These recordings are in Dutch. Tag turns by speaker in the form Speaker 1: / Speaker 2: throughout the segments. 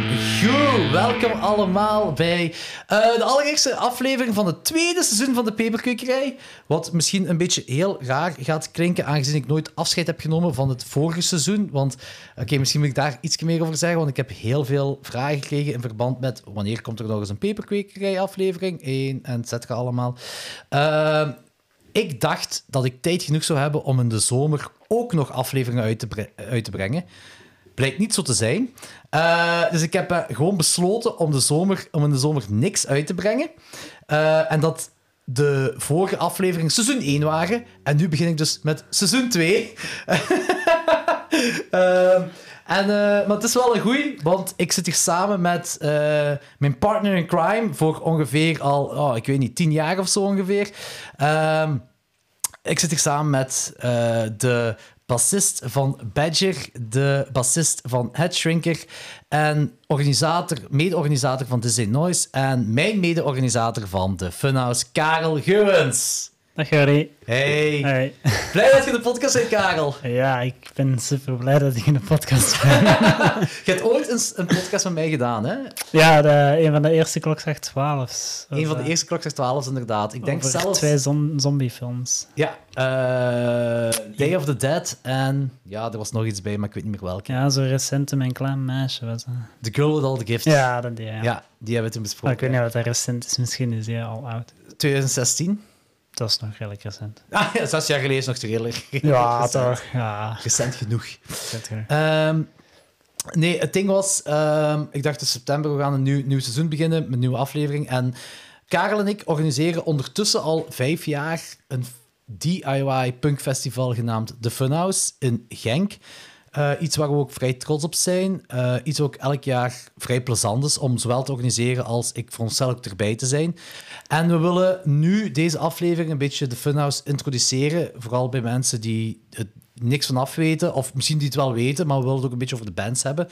Speaker 1: Goed, welkom allemaal bij de allereerste aflevering van het tweede seizoen van de Peperkwekerij. Wat misschien een beetje heel raar gaat klinken, aangezien ik nooit afscheid heb genomen van het vorige seizoen. Want, misschien moet ik daar iets meer over zeggen, want ik heb heel veel vragen gekregen in verband met wanneer komt er nog eens een Peperkwekerij aflevering 1 en et cetera allemaal. Ik dacht dat ik tijd genoeg zou hebben om in de zomer ook nog afleveringen uit te brengen. Blijkt niet zo te zijn. Dus ik heb gewoon besloten om in de zomer niks uit te brengen. En dat de vorige afleveringen seizoen 1 waren. En nu begin ik dus met seizoen 2. Maar het is wel een goeie, want ik zit hier samen met mijn partner in crime voor ongeveer al, 10 jaar of zo ongeveer. Ik zit hier samen met de bassist van Badger, de bassist van Headshrinker en mede-organisator van Disney Noise en mijn mede-organisator van de Funhouse, Karel Geuwens.
Speaker 2: Dag Harry.
Speaker 1: Hey.
Speaker 2: Hey.
Speaker 1: Blij dat je in de podcast bent, Karel.
Speaker 2: Ja, ik ben super blij dat ik in de podcast ben.
Speaker 1: Je hebt ooit een podcast met mij gedaan, hè?
Speaker 2: Ja, een van de eerste Klokslag 12's.
Speaker 1: Een van de eerste Klokslag 12's, inderdaad. Ik denk
Speaker 2: over
Speaker 1: zelfs
Speaker 2: 2 zombiefilms.
Speaker 1: Ja, Day of the Dead en ja, er was nog iets bij, maar ik weet niet meer welke.
Speaker 2: Ja, zo recent Mijn Klein Meisje was dat.
Speaker 1: The Girl with All the Gifts.
Speaker 2: Ja, dat die, ja.
Speaker 1: Ja, die hebben we toen besproken.
Speaker 2: Maar ik weet niet wat dat recent is, misschien is die al oud.
Speaker 1: 2016.
Speaker 2: Dat is nog redelijk recent.
Speaker 1: Ah, ja, 6 jaar geleden is nog redelijk.
Speaker 2: Ja,
Speaker 1: recent.
Speaker 2: toch. Ja.
Speaker 1: Recent genoeg.
Speaker 2: Recent genoeg.
Speaker 1: Nee, het ding was, ik dacht in september, we gaan een nieuw seizoen beginnen, met een nieuwe aflevering. En Karel en ik organiseren ondertussen al 5 jaar een DIY punkfestival genaamd The Funhouse in Genk. Iets waar we ook vrij trots op zijn. Iets ook elk jaar vrij plezant is om zowel te organiseren als ik voor onszelf ook erbij te zijn. En we willen nu deze aflevering een beetje de Funhouse introduceren. Vooral bij mensen die het niks van af weten. Of misschien die het wel weten, maar we willen het ook een beetje over de bands hebben.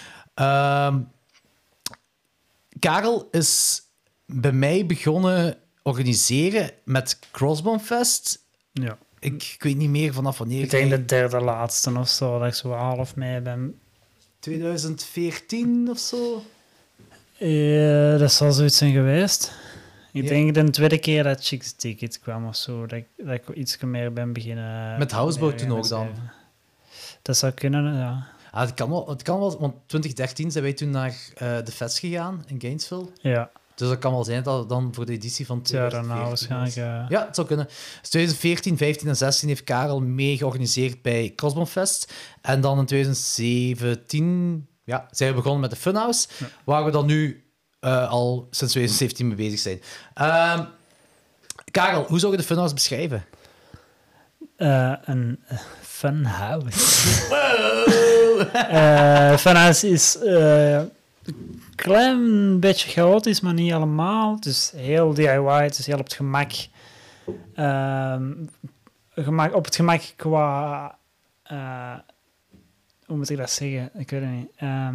Speaker 1: Karel is bij mij begonnen organiseren met Crossbone Fest.
Speaker 2: Ja.
Speaker 1: Ik weet niet meer vanaf wanneer.
Speaker 2: Ik denk de derde laatste of zo, dat ik zo half mee ben.
Speaker 1: 2014 of zo?
Speaker 2: Dat zal zoiets zijn geweest. Ik denk de tweede keer dat Chicks Ticket kwam of zo, dat ik iets meer ben beginnen...
Speaker 1: Met Houseboat toen ook dan?
Speaker 2: Dat zou kunnen, ja.
Speaker 1: Het kan wel, want 2013 zijn wij toen naar de Fest gegaan in Gainesville.
Speaker 2: Ja.
Speaker 1: Dus dat kan wel zijn dat het dan voor de editie van 2014
Speaker 2: daarna waarschijnlijk...
Speaker 1: Ja, het zou kunnen. Dus 2014, 15 en 16 heeft Karel mee georganiseerd bij Crossbone Fest. En dan in 2017 zijn we begonnen met de Funhouse, waar we dan nu al sinds 2017 mee bezig zijn. Karel, hoe zou je de Funhouse beschrijven?
Speaker 2: Een funhouse.
Speaker 1: Wow!
Speaker 2: Funhouse is een klein beetje chaotisch, maar niet allemaal. Het is heel DIY, het is heel op het gemak. Op het gemak qua... hoe moet ik dat zeggen? Ik weet het niet.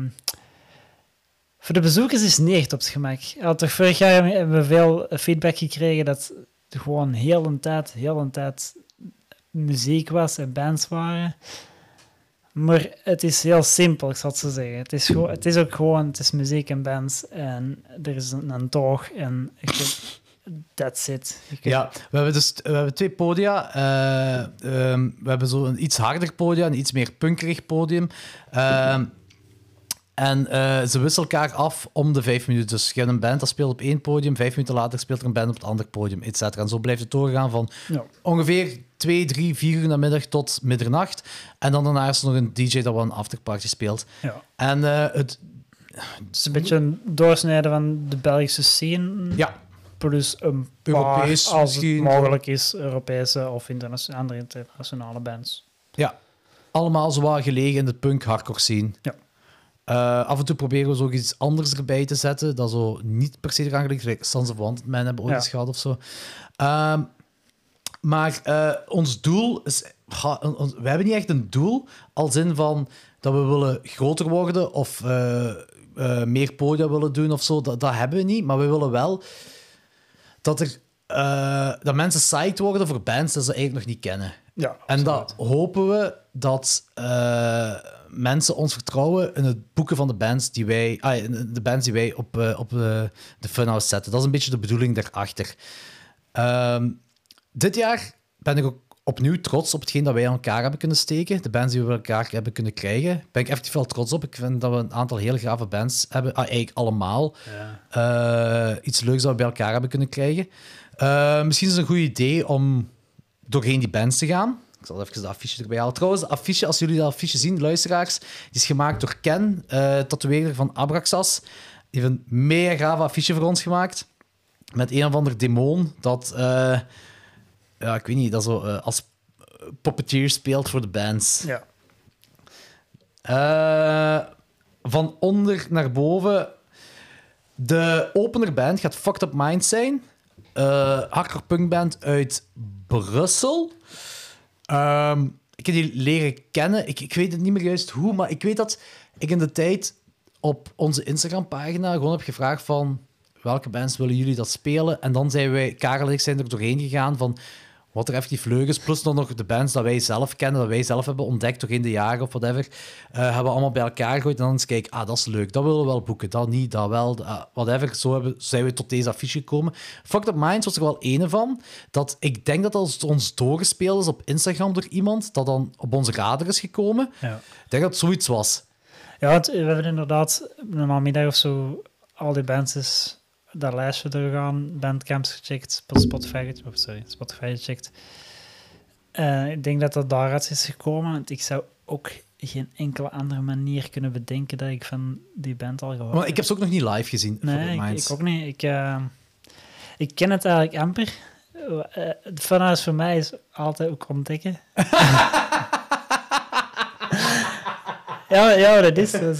Speaker 2: Voor de bezoekers is het niet echt op het gemak. Vorig jaar hebben we veel feedback gekregen dat er gewoon heel een tijd muziek was en bands waren. Maar het is heel simpel, ik zal het zo zeggen. Het is ook gewoon muziek en bands en er is een toog en that's it.
Speaker 1: Ja, we hebben 2 podia. We hebben zo een iets harder podium, een iets meer punkerig podium. En ze wisselen elkaar af om de 5 minuten. Dus je hebt een band dat speelt op 1 podium, 5 minuten later speelt er een band op het andere podium, et cetera. En zo blijft het doorgaan van ongeveer 2, 3, 4 uur namiddag tot middernacht. En dan daarna is er nog een DJ dat wel een afterparty speelt.
Speaker 2: Ja.
Speaker 1: En het
Speaker 2: is een beetje een doorsnijden van de Belgische scene.
Speaker 1: Ja.
Speaker 2: Plus een
Speaker 1: Europees,
Speaker 2: paar, als
Speaker 1: misschien.
Speaker 2: het mogelijk is, Europese of andere internationale bands.
Speaker 1: Ja. Allemaal zwaar gelegen in de punk-hardcore scene.
Speaker 2: Ja.
Speaker 1: Af en toe proberen we zo iets anders erbij te zetten, dat zo niet per se eraan ligt. Like Sons of Wanted Man hebben ooit eens gehad of zo. Maar ons doel is... we hebben niet echt een doel, als in van dat we willen groter worden of meer podia willen doen of zo. Dat hebben we niet, maar we willen wel dat er dat mensen psyched worden voor bands dat ze eigenlijk nog niet kennen.
Speaker 2: Ja,
Speaker 1: En dat hopen we dat mensen ons vertrouwen in het boeken van de bands die wij, op de Funhouse zetten. Dat is een beetje de bedoeling daarachter. Dit jaar ben ik ook opnieuw trots op hetgeen dat wij aan elkaar hebben kunnen steken. De bands die we bij elkaar hebben kunnen krijgen. Ben ik effectief wel trots op. Ik vind dat we een aantal heel gave bands hebben. Eigenlijk allemaal. Ja. Iets leuks dat we bij elkaar hebben kunnen krijgen. Misschien is het een goed idee om doorheen die bands te gaan. Ik zal even de affiche erbij halen. Trouwens, de affiche, als jullie dat affiche zien, luisteraars, die is gemaakt door Ken, tatoeëerder van Abraxas. Die heeft een mega gave affiche voor ons gemaakt. Met een of ander demon dat... ja, ik weet niet, dat zo als puppeteer speelt voor de bands.
Speaker 2: Ja.
Speaker 1: Van onder naar boven. De openerband gaat Fucked Up Minds zijn. Hardcore punkband uit Brussel. Ik heb die leren kennen. Ik weet het niet meer juist hoe, maar ik weet dat ik in de tijd op onze Instagram-pagina gewoon heb gevraagd van welke bands willen jullie dat spelen? En dan zijn wij, Karel en ik, zijn er doorheen gegaan van wat er effectief leuk is. Plus dan nog de bands dat wij zelf kennen, dat wij zelf hebben ontdekt doorheen de jaren of whatever. Hebben we allemaal bij elkaar gegooid en dan eens kijken, dat is leuk, dat willen we wel boeken, dat niet, dat wel, whatever. Zo zijn we tot deze affiche gekomen. Fucked Up Minds was er wel ene van. Dat ik denk dat dat ons doorgespeeld is op Instagram door iemand dat dan op onze radar is gekomen. Ja. Ik denk dat het zoiets was.
Speaker 2: Ja, want we hebben inderdaad een namiddag of zo al die bands is dat lijstje doorgaan, Bandcamps gecheckt, Spotify gecheckt. Ik denk dat dat daaruit is gekomen, want ik zou ook geen enkele andere manier kunnen bedenken dat ik van die band al gehoord heb.
Speaker 1: Maar ik heb ze ook nog niet live gezien.
Speaker 2: Nee, ik ook niet. Ik ken het eigenlijk amper. De Funhouse voor mij is altijd ook ontdekken. ja, dat is. Dus,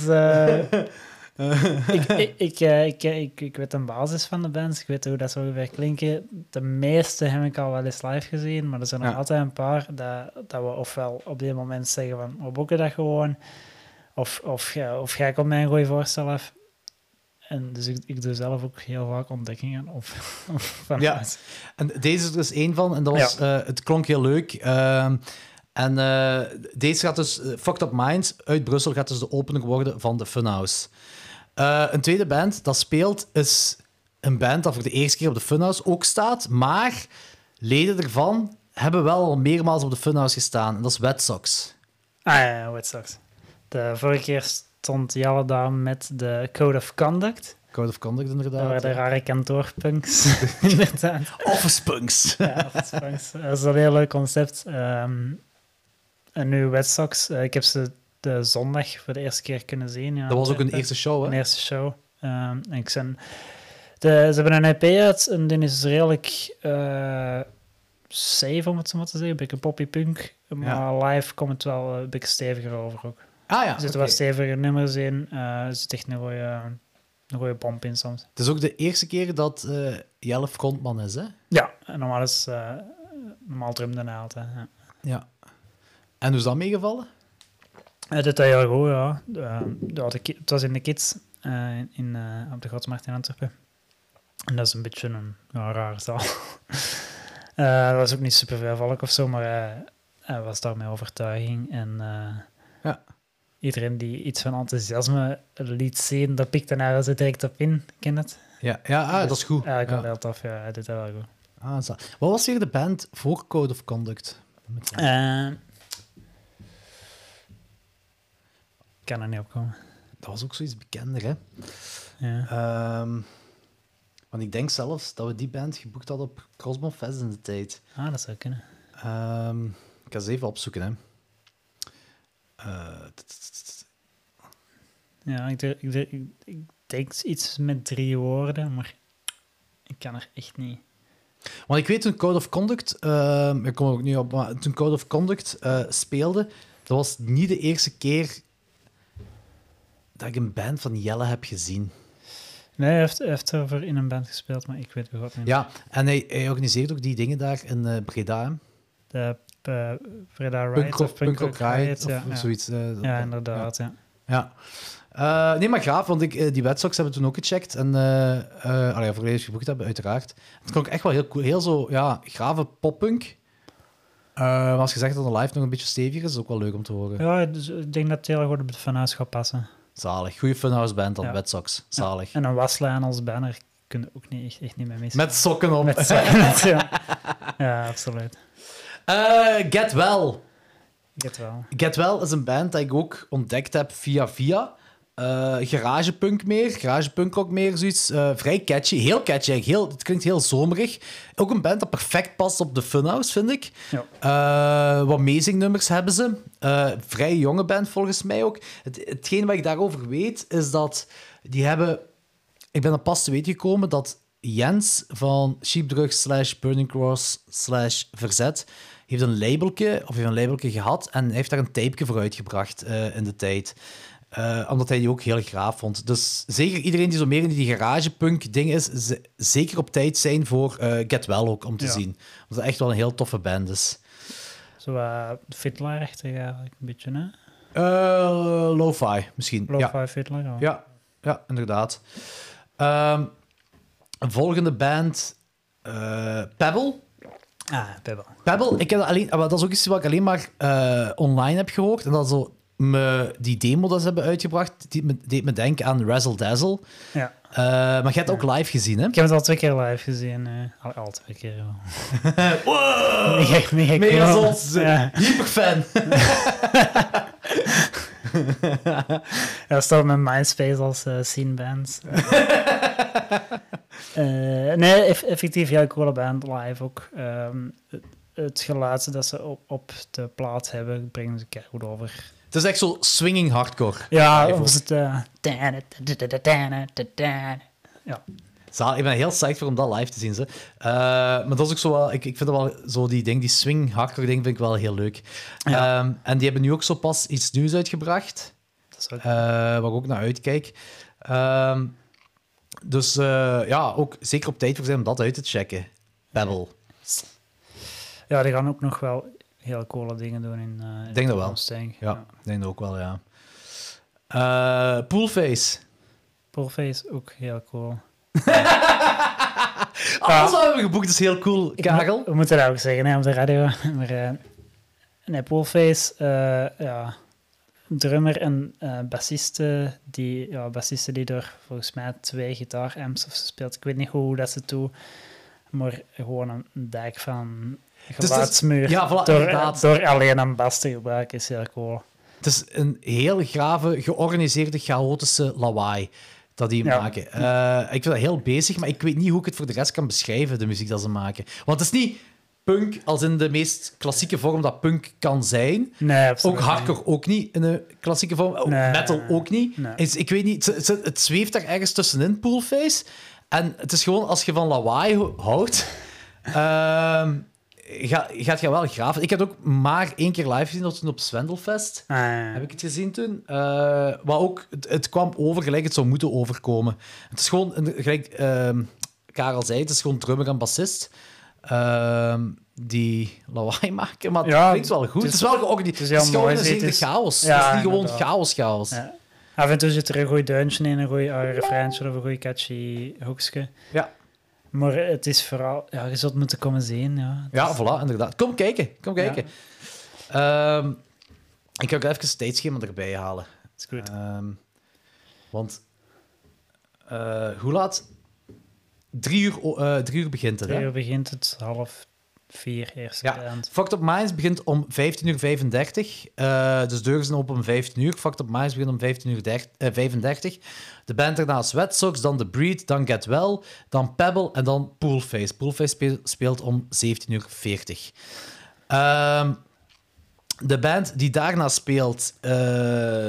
Speaker 2: ik weet een basis van de bands. Ik weet hoe dat zo ongeveer klinken. De meeste heb ik al wel eens live gezien, maar er zijn er altijd een paar dat we ofwel op dit moment zeggen van we boeken dat gewoon, of ga ik op mijn goede voorstel af. En dus ik doe zelf ook heel vaak ontdekkingen van
Speaker 1: ja, en deze is er dus één van. En dat was, het klonk heel leuk. En deze gaat dus, Fucked Up Minds uit Brussel, gaat dus de opener worden van de Funhouse. Een tweede band dat speelt is een band dat voor de eerste keer op de Funhouse ook staat, maar leden ervan hebben wel al meermaals op de Funhouse gestaan. En dat is Wet Sox.
Speaker 2: Ja, Wet Sox. De vorige keer stond Jelle daar met de Code of Conduct.
Speaker 1: Code of Conduct, inderdaad.
Speaker 2: Dat waren de rare kantoorpunks. Inderdaad.
Speaker 1: Office punks.
Speaker 2: Ja, office punks. Dat is een heel leuk concept. En nu Wet Sox. Ik heb ze de zondag voor de eerste keer kunnen zien. Ja,
Speaker 1: dat was ook een eerste show, hè?
Speaker 2: Een eerste show. Ze hebben een EP uit en die is redelijk safe, om het zo maar te zeggen. Een beetje poppy-punk. Maar live komt het wel een beetje steviger over ook.
Speaker 1: Er
Speaker 2: zitten wel stevige nummers in. Er zit echt een goede pomp in soms.
Speaker 1: Het is ook de eerste keer dat Jelle frontman is, hè?
Speaker 2: Ja, en normaal is normaal drumde hij altijd. Ja.
Speaker 1: En hoe is dat meegevallen?
Speaker 2: Het doet heel goed, ja. Het was in de Kids op de Godsmarkt in Antwerpen. En dat is een beetje een rare zaal. Er was ook niet superveel volk of zo, maar hij was daar met overtuiging. En iedereen die iets van enthousiasme liet zien, dat pikte hij er direct op in. Ken je het?
Speaker 1: Ja, dat is goed.
Speaker 2: Ja, ik vond het heel tof. Ja, hij doet dat wel goed.
Speaker 1: Wat was weer de band voor Code of Conduct?
Speaker 2: Ik kan er niet op komen.
Speaker 1: Dat was ook zoiets bekender, hè?
Speaker 2: Ja.
Speaker 1: Want ik denk zelfs dat we die band geboekt hadden op Crossbone Fest in de tijd.
Speaker 2: Dat zou kunnen.
Speaker 1: Ik ga ze even opzoeken, hè.
Speaker 2: Ja, ik denk iets met 3 woorden, maar ik kan er echt niet.
Speaker 1: Want ik weet toen Code of Conduct, ik kom er ook niet op, maar toen Code of Conduct speelde, dat was niet de eerste keer dat ik een band van Jelle heb gezien.
Speaker 2: Nee, hij heeft er in een band gespeeld, maar ik weet het niet.
Speaker 1: Ja, en hij organiseert ook die dingen daar in Breda.
Speaker 2: De Breda Riot of
Speaker 1: Punk Rock Riot of
Speaker 2: ja,
Speaker 1: zoiets.
Speaker 2: ja, inderdaad, ja.
Speaker 1: Ja. Nee, maar gaaf, want die Red Sox hebben we toen ook gecheckt. En volledig geboekt hebben, uiteraard. Het klonk echt wel heel cool. Heel zo, ja, grave poppunk. Maar als je zegt dat de live nog een beetje steviger is, is ook wel leuk om te horen.
Speaker 2: Ja, dus ik denk dat het heel goed op het Funhouse gaat passen.
Speaker 1: Zalig. Goeie Funhouse band dan,
Speaker 2: Ja.
Speaker 1: Red Sox. Zalig.
Speaker 2: Ja. En een waslijn als banner kun je ook echt niet meer missen.
Speaker 1: Met sokken om.
Speaker 2: Met sokken, ja. Ja, absoluut.
Speaker 1: Get Well.
Speaker 2: Ik het wel.
Speaker 1: Get Well is een band die ik ook ontdekt heb via. Garagepunk meer, garagepunkrock meer, zoiets. Vrij catchy, heel catchy eigenlijk. Het klinkt heel zomerig. Ook een band dat perfect past op de Funhouse, vind ik.
Speaker 2: Ja.
Speaker 1: Wat amazing-nummers hebben ze. Vrij jonge band volgens mij ook. Hetgeen wat ik daarover weet, is dat die hebben... Ik ben er pas te weten gekomen dat Jens van Sheepdrugs / Burning Cross / Verzet heeft een labeltje gehad en heeft daar een tapeje voor uitgebracht in de tijd. Omdat hij die ook heel graaf vond. Dus zeker iedereen die zo meer in die garagepunk-ding is, zeker op tijd zijn voor Get Well ook, om te zien. Omdat het echt wel een heel toffe band is.
Speaker 2: Zo Fiddler-achtig eigenlijk, een beetje, hè?
Speaker 1: Lo-fi, misschien.
Speaker 2: Lo-fi Fiddler, ja.
Speaker 1: Ja, inderdaad. Een volgende band, Pebble. Pebble, ik heb dat alleen... Dat is ook iets wat ik alleen maar online heb gehoord. En dat zo... die demo dat ze hebben uitgebracht, deed me denken aan Razzle Dazzle.
Speaker 2: Ja.
Speaker 1: Maar je hebt het ook live gezien, hè?
Speaker 2: Ik heb het al 2 keer live gezien. Al 2 keer.
Speaker 1: Wow!
Speaker 2: Mega
Speaker 1: zot. Ja. Hyperfan.
Speaker 2: Dat staat met MySpace als scenebands. Nee, effectief heel coole band live ook. Het geluid dat ze op de plaat hebben, brengen ze goed over.
Speaker 1: Het is echt zo swinging hardcore.
Speaker 2: Ja, of het... Ja.
Speaker 1: Ik ben heel psyched voor om dat live te zien. Maar dat is ook zo wel... Ik vind dat wel zo die swing hardcore ding vind ik wel heel leuk.
Speaker 2: Ja.
Speaker 1: En die hebben nu ook zo pas iets nieuws uitgebracht.
Speaker 2: Dat is ook...
Speaker 1: Waar ik ook naar uitkijk. Dus ja, ook zeker op tijd voor zijn om dat uit te checken. Pebble.
Speaker 2: Ja, die gaan ook nog wel heel coole dingen doen in
Speaker 1: Ik denk dat wel. Ja, ik denk dat ook wel, ja. Poolface.
Speaker 2: Poolface, ook heel cool.
Speaker 1: Alles wat we hebben geboekt is heel cool, Karel.
Speaker 2: We moeten dat ook zeggen hè, op de radio. Maar nee, Poolface, ja, drummer en bassiste die door volgens mij 2 gitaaramps of zo speelt. Ik weet niet hoe dat ze toe, maar gewoon een dijk van geluidsmuur door alleen een bas te gebruiken is heel cool.
Speaker 1: Het is een heel grave, georganiseerde, chaotische lawaai dat die maken. Ik vind dat heel bezig, maar ik weet niet hoe ik het voor de rest kan beschrijven, de muziek dat ze maken. Want het is niet punk als in de meest klassieke vorm dat punk kan zijn.
Speaker 2: Nee, absoluut
Speaker 1: ook hardcore ook niet in een klassieke vorm.
Speaker 2: Nee,
Speaker 1: metal ook niet.
Speaker 2: Nee.
Speaker 1: Ik weet niet, het zweeft daar ergens tussenin, Poolface. En het is gewoon, als je van lawaai houdt, gaat je wel graven. Ik heb het ook maar 1 keer live gezien, dat was toen op Zwendelfest. Heb ik het gezien toen. Maar ook, het kwam over gelijk het zou moeten overkomen. Het is gewoon, gelijk Karel zei, het is gewoon drummer en bassist. Die lawaai maken, maar het klinkt wel goed. Het is wel georganiseerd. Het is gewoon een chaos.
Speaker 2: Ja,
Speaker 1: het is niet gewoon chaos.
Speaker 2: Ja. Af en toe zit er een goed deuntje in, een goed refreintje of een goed catchy hoekje.
Speaker 1: Ja.
Speaker 2: Maar het is vooral... Ja, je zult moeten komen zien.
Speaker 1: Ja, voilà, inderdaad. Kom kijken. Ja. Ik ga ook even het tijdschema erbij halen.
Speaker 2: Dat is goed.
Speaker 1: Want hoe laat? 3 uur begint het, hè?
Speaker 2: 3 uur begint het, 3:30 eerste band.
Speaker 1: Fucked Up Minds begint om 15:35 dus deuren zijn open om 15:00. Fucked Up Minds begint om 15:35. De band daarnaast Red Sox, dan The Breed, dan Get Well, dan Pebble en dan Poolface. Poolface speelt om 17:40. De band die daarna speelt,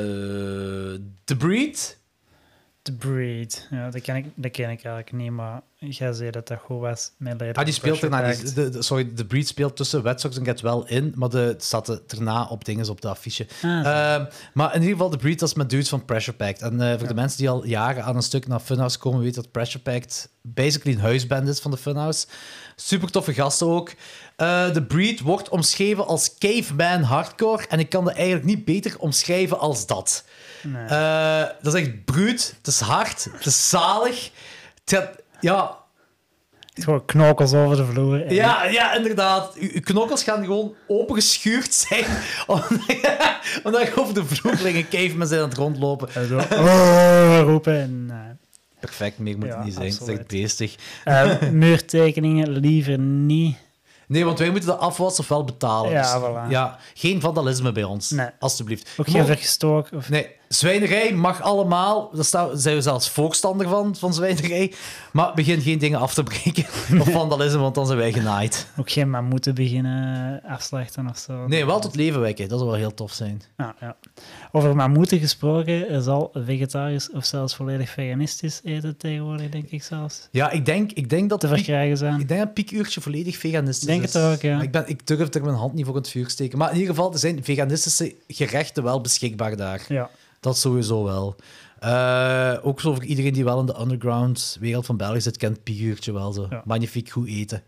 Speaker 1: The Breed.
Speaker 2: The Breed, ja, dat ken ik eigenlijk niet, maar jij zei dat dat goed was. Met Lady
Speaker 1: Die speelt
Speaker 2: Pressure
Speaker 1: erna
Speaker 2: Pact.
Speaker 1: niet. Sorry, de Breed speelt tussen Red Sox en Get Well in, maar het staat erna op dingen op de affiche. Maar in ieder geval, de Breed was met dudes van Pressure Pact. En voor de mensen die al jaren aan een stuk naar Funhouse komen, weten dat Pressure Pact basically een huisband is van de Funhouse. Super toffe gasten ook. De Breed wordt omschreven als caveman hardcore en ik kan dat eigenlijk niet beter omschrijven als dat.
Speaker 2: Nee.
Speaker 1: Dat is echt bruut, het is hard, het is zalig. Het gaat, ja...
Speaker 2: Gewoon knokkels over de vloer. En
Speaker 1: Ja, inderdaad. Uw knokkels gaan gewoon opengeschuurd zijn omdat je over de vloer liggen caveman zijn aan het rondlopen.
Speaker 2: en zo, roepen. En,
Speaker 1: Perfect, meer moet het niet zijn. Het is
Speaker 2: absoluut.
Speaker 1: echt beestig.
Speaker 2: muurtekeningen liever niet.
Speaker 1: Nee, want wij moeten de afwas ofwel betalen.
Speaker 2: Ja,
Speaker 1: Dus,
Speaker 2: voilà.
Speaker 1: ja, geen vandalisme bij ons,
Speaker 2: Nee.
Speaker 1: alstublieft.
Speaker 2: Ook
Speaker 1: Je
Speaker 2: geen
Speaker 1: mag-
Speaker 2: vergestook. Of...
Speaker 1: Nee, zwijnerij mag allemaal. Daar zijn we zelfs voorstander van zwijnerij. Maar begin geen dingen af te breken of vandalisme, want dan zijn wij genaaid.
Speaker 2: Ook geen mammoeten beginnen afslachten of zo.
Speaker 1: Nee, wel tot leven wekken. Dat zou wel heel tof zijn.
Speaker 2: Ja. Over mammoeten gesproken, er zal vegetarisch of zelfs volledig veganistisch eten tegenwoordig, denk ik zelfs.
Speaker 1: Ja, ik denk dat
Speaker 2: Te verkrijgen zijn.
Speaker 1: Ik denk dat Piekuurtje volledig veganistisch
Speaker 2: Denk
Speaker 1: is.
Speaker 2: het ook, ja.
Speaker 1: Maar ik durf er mijn hand niet voor in het vuur steken. Maar in ieder geval, er zijn veganistische gerechten wel beschikbaar daar.
Speaker 2: Ja.
Speaker 1: Dat sowieso wel. Ook zo voor iedereen die wel in de underground wereld van België zit, kent Piekuurtje wel zo.
Speaker 2: Ja.
Speaker 1: Magnifiek goed eten.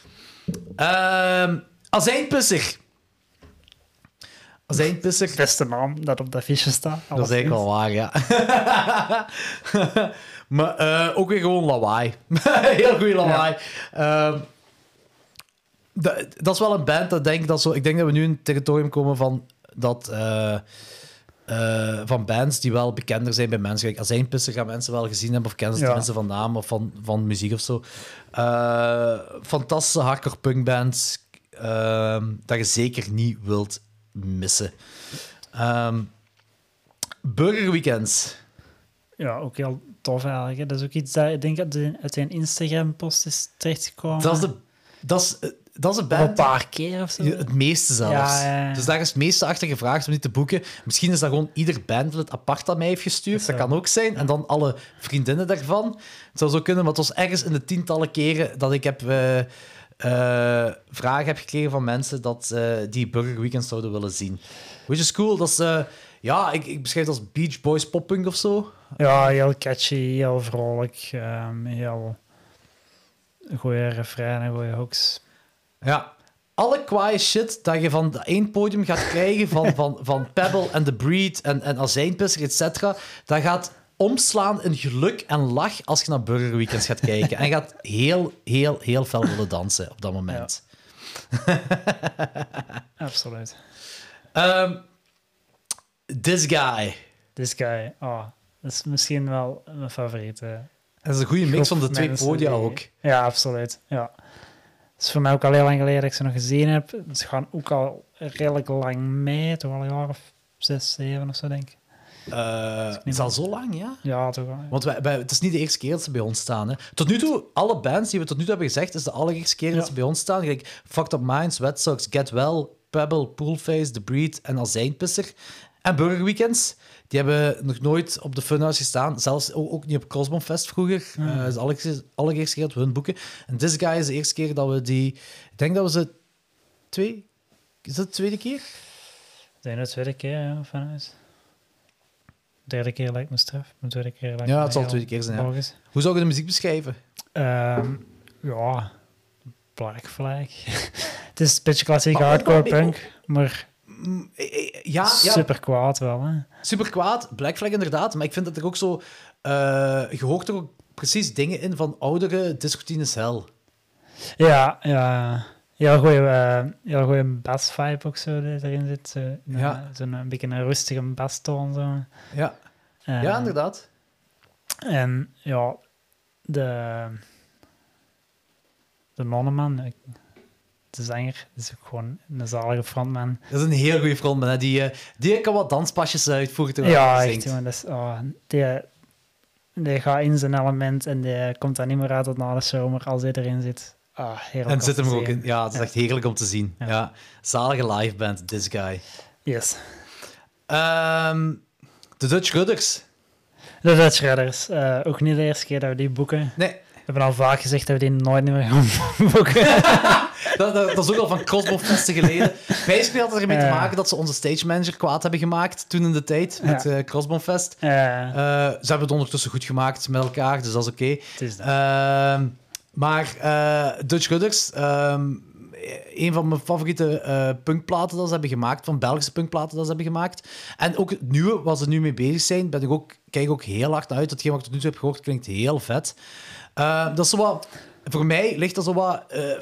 Speaker 1: Azijnpisser. Azijnpisser.
Speaker 2: Beste naam dat op dat fiche staat.
Speaker 1: Dat is eigenlijk wel waar, ja. Maar ook weer gewoon lawaai. Heel goed lawaai. Dat is wel een band dat ik denk dat we nu in het territorium komen van van bands die wel bekender zijn bij mensen. Kijk, Azijnpisser gaan mensen wel gezien hebben of kennen ze tenminste van naam of van muziek of zo. Fantastische hardcore punkbands dat je zeker niet wilt missen. Burger Weekends.
Speaker 2: Ja, ook heel tof eigenlijk. Hè. Dat is ook iets dat ik denk dat uit zijn Instagram-post is terechtgekomen.
Speaker 1: Dat is een
Speaker 2: Een
Speaker 1: band.
Speaker 2: paar keer of zo.
Speaker 1: Het meeste zelfs.
Speaker 2: Ja.
Speaker 1: Dus daar is het meeste achter gevraagd om die te boeken. Misschien is dat gewoon ieder bandlid apart aan mij heeft gestuurd. Dat kan ook zijn. En dan alle vriendinnen daarvan. Het zou zo kunnen, maar het was ergens in de tientallen keren dat ik vragen heb gekregen van mensen dat die Burger Weekends zouden willen zien. Which is cool. Dat is, ik beschrijf het als Beach Boys poppunk of zo.
Speaker 2: Ja, heel catchy, heel vrolijk. Heel goede refreinen, goede hooks.
Speaker 1: Ja. Alle kwaaie shit dat je van één podium gaat krijgen van Pebble en The Breed en Azijnpisser, et cetera, dat gaat omslaan in geluk en lach als je naar Burger Weekends gaat kijken. En je gaat heel, heel, heel fel willen dansen op dat moment.
Speaker 2: Absoluut.
Speaker 1: This Guy.
Speaker 2: This guy, dat is misschien wel mijn favoriete.
Speaker 1: Dat is een goede mix van de twee
Speaker 2: mensen
Speaker 1: podia
Speaker 2: die-
Speaker 1: ook.
Speaker 2: Ja, absoluut. Ja. Het is voor mij ook al heel lang geleden dat ik ze nog gezien heb. Ze gaan ook al redelijk lang mee, toch al een jaar of 6, 7 of zo, denk ik.
Speaker 1: Is dat zo lang, ja?
Speaker 2: Ja, toch wel.
Speaker 1: Want het is niet de eerste keer dat ze bij ons staan. Hè. Tot nu toe, alle bands die we tot nu toe hebben gezegd, is de allereerste keer dat ze bij ons staan. Kijk, Fucked Up Minds, Red Sox, Get Well, Pebble, Poolface, The Breed en Azijnpisser. En Burger Weekends. Die hebben nog nooit op de Funhouse gestaan. Zelfs ook niet op Cosmo Fest vroeger. Het is de allereerste keer dat we hun boeken. En This Guy is de eerste keer dat we die... Ik denk dat we ze Is dat de tweede keer?
Speaker 2: Ik denk de tweede keer, ja, van huis. Derde keer lijkt me straf. De tweede keer lijkt
Speaker 1: Ja,
Speaker 2: me
Speaker 1: het zal de
Speaker 2: heel
Speaker 1: tweede keer zijn, ja.
Speaker 2: logisch.
Speaker 1: Hoe zou je de muziek beschrijven?
Speaker 2: Ja, Black Flag. Het is een beetje klassieke
Speaker 1: Maar ook
Speaker 2: hardcore
Speaker 1: wel-
Speaker 2: punk, maar
Speaker 1: Ja,
Speaker 2: super kwaad wel. Hè?
Speaker 1: super kwaad. Black Flag inderdaad. Maar ik vind dat er ook zo... je hoort er ook precies dingen in van oudere Discotines Hell.
Speaker 2: Ja. Heel goede bass-vibe ook zo die erin zit. Zo'n beetje een rustige basstoon. Zo.
Speaker 1: Ja, ja inderdaad.
Speaker 2: En ja, de nonneman, de zanger, is ook gewoon een zalige frontman.
Speaker 1: Dat is een heel goede frontman. Hè. Die kan wat danspasjes uitvoeren terwijl
Speaker 2: Ja,
Speaker 1: hij
Speaker 2: echt,
Speaker 1: zingt.
Speaker 2: jongen. Die gaat in zijn element en die komt dan niet meer uit tot na de zomer als hij erin zit. Heerlijk
Speaker 1: En zit
Speaker 2: om
Speaker 1: hem
Speaker 2: te
Speaker 1: ook
Speaker 2: zien.
Speaker 1: in. Ja, het is echt heerlijk om te zien.
Speaker 2: Ja.
Speaker 1: Ja. Zalige liveband, This Guy.
Speaker 2: Yes.
Speaker 1: De Dutch Rudders.
Speaker 2: De Dutch Redders. Ook niet de eerste keer dat we die boeken.
Speaker 1: Nee,
Speaker 2: hebben al vaak gezegd dat we die nooit meer gaan boeken.
Speaker 1: Dat is ook al van Crossbow-festen geleden. Basically had het ermee te maken dat ze onze stage manager kwaad hebben gemaakt toen in de tijd met Crossbow-fest. Ze hebben het ondertussen goed gemaakt met elkaar, dus dat is oké.
Speaker 2: Het is dat.
Speaker 1: Maar Dutch Rudders, een van mijn favoriete punkplaten dat ze hebben gemaakt, van Belgische punkplaten dat ze hebben gemaakt. En ook het nieuwe, waar ze nu mee bezig zijn, kijk ik ook heel hard naar uit. Hetgeen wat ik tot nu toe heb gehoord, klinkt heel vet. Dat is zo wat... Voor mij ligt dat zo wat...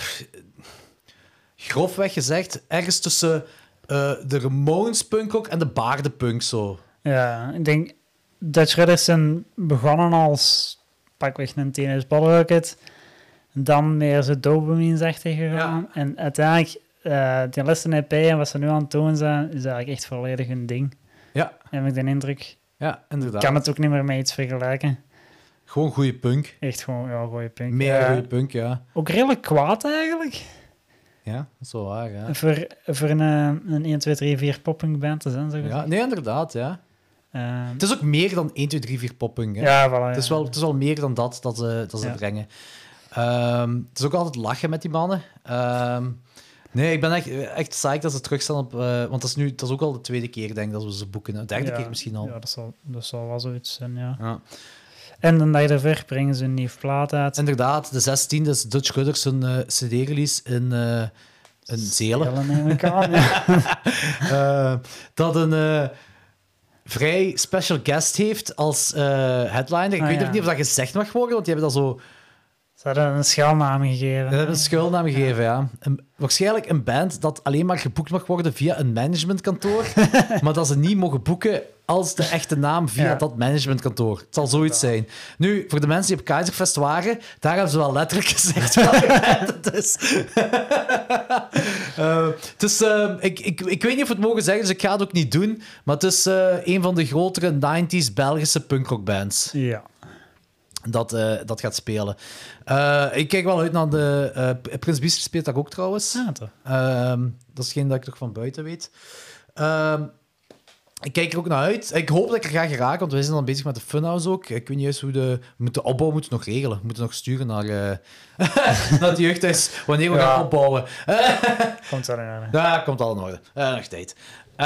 Speaker 1: grofweg gezegd, ergens tussen de Ramones punk ook en de baardenpunk zo.
Speaker 2: Ja, ik denk... Dutch Rudders zijn begonnen als pakweg een Teenage Bottle Rocket. Dan meer zo dopamine-achtig gegaan. Ja. En uiteindelijk, die laatste EP en wat ze nu aan het doen zijn, is eigenlijk echt volledig een ding.
Speaker 1: Ja.
Speaker 2: Heb ik de indruk.
Speaker 1: Ja, inderdaad.
Speaker 2: Ik kan het ook niet meer met iets vergelijken.
Speaker 1: Gewoon goede punk.
Speaker 2: Echt gewoon, ja, goede punk.
Speaker 1: Meer goede punk, ja.
Speaker 2: Ook redelijk kwaad eigenlijk.
Speaker 1: Ja, dat is wel waar, ja.
Speaker 2: Voor een 1, 2, 3, 4 poppunk band te zijn, zo gezegd.
Speaker 1: Ja, nee, inderdaad, ja. Het is ook meer dan 1, 2, 3, 4 poppunk, hè.
Speaker 2: Ja, voilà.
Speaker 1: Het is wel meer dan dat ze brengen. Het is ook altijd lachen met die mannen. Nee, ik ben echt psyched dat ze terugstaan op... want dat is ook al de tweede keer, denk ik, dat we ze boeken. De derde keer misschien al.
Speaker 2: Ja, dat zal wel zoiets zijn, ja.
Speaker 1: Ja.
Speaker 2: En de dag ervoor brengen ze een nieuw plaat uit.
Speaker 1: Inderdaad, de 16e is Dutch Rudders een CD-release in Zelen.
Speaker 2: Zelen neem ik aan, ja.
Speaker 1: Dat een vrij special guest heeft als headliner. Ik weet ook niet of dat gezegd mag worden, want die hebben dat zo...
Speaker 2: Ze hadden een schuilnaam gegeven.
Speaker 1: Ze hebben een schuilnaam gegeven, ja. Waarschijnlijk een band dat alleen maar geboekt mag worden via een managementkantoor, maar dat ze niet mogen boeken als de echte naam via dat managementkantoor. Het zal zoiets zijn. Nu, voor de mensen die op Keizerfest waren, daar hebben ze wel letterlijk gezegd welke band het is. Dus ik weet niet of we het mogen zeggen, dus ik ga het ook niet doen, maar het is een van de grotere 90s Belgische punkrockbands.
Speaker 2: Ja.
Speaker 1: Dat gaat spelen. Ik kijk wel uit naar de... Prins Biester speelt daar ook trouwens.
Speaker 2: Ja, toch.
Speaker 1: Dat is geen dat ik toch van buiten weet. Ik kijk er ook naar uit. Ik hoop dat ik er ga geraken, want wij zijn dan bezig met de Funhouse ook. Ik weet niet eens hoe de opbouw moeten nog regelen. We moeten nog sturen naar het jeugdhuis wanneer we gaan opbouwen.
Speaker 2: Komt wel in orde.
Speaker 1: Ja, komt al in orde. Nog tijd.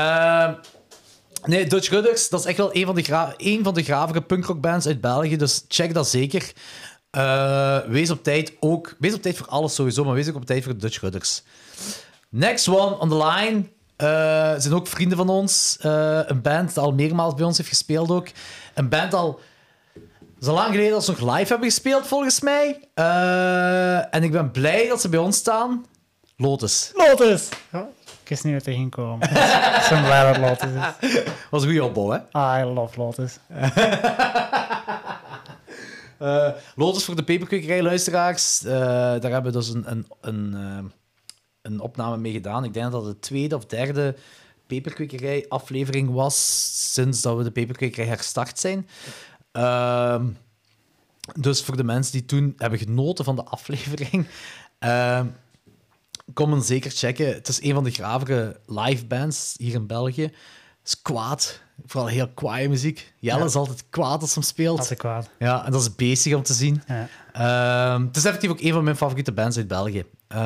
Speaker 1: Nee, Dutch Rudders, dat is echt wel een van de gravere punkrockbands uit België, dus check dat zeker. Wees op tijd voor alles sowieso, maar wees ook op tijd voor Dutch Rudders. Next one on the line zijn ook vrienden van ons. Een band die al meermaals bij ons heeft gespeeld ook. Een band al zo lang geleden dat ze nog live hebben gespeeld, volgens mij. En ik ben blij dat ze bij ons staan. Lotus.
Speaker 2: Lotus! Ja, ik wist niet dat er ging komen. Ik ben blij dat Lotus is.
Speaker 1: Was een goede opbouw, hè?
Speaker 2: I love Lotus.
Speaker 1: Lotus voor de peperkwekerij-luisteraars. Daar hebben we dus een opname mee gedaan. Ik denk dat het de tweede of derde peperkwekerij-aflevering was sinds dat we de peperkwekerij herstart zijn. Dus voor de mensen die toen hebben genoten van de aflevering, kom hem zeker checken. Het is een van de gravere live bands hier in België. Het is kwaad. Vooral heel kwaaie muziek. Jelle is altijd kwaad als hem speelt.
Speaker 2: Altijd kwaad.
Speaker 1: Ja, en dat is beestig om te zien.
Speaker 2: Ja.
Speaker 1: Het is effectief ook een van mijn favoriete bands uit België.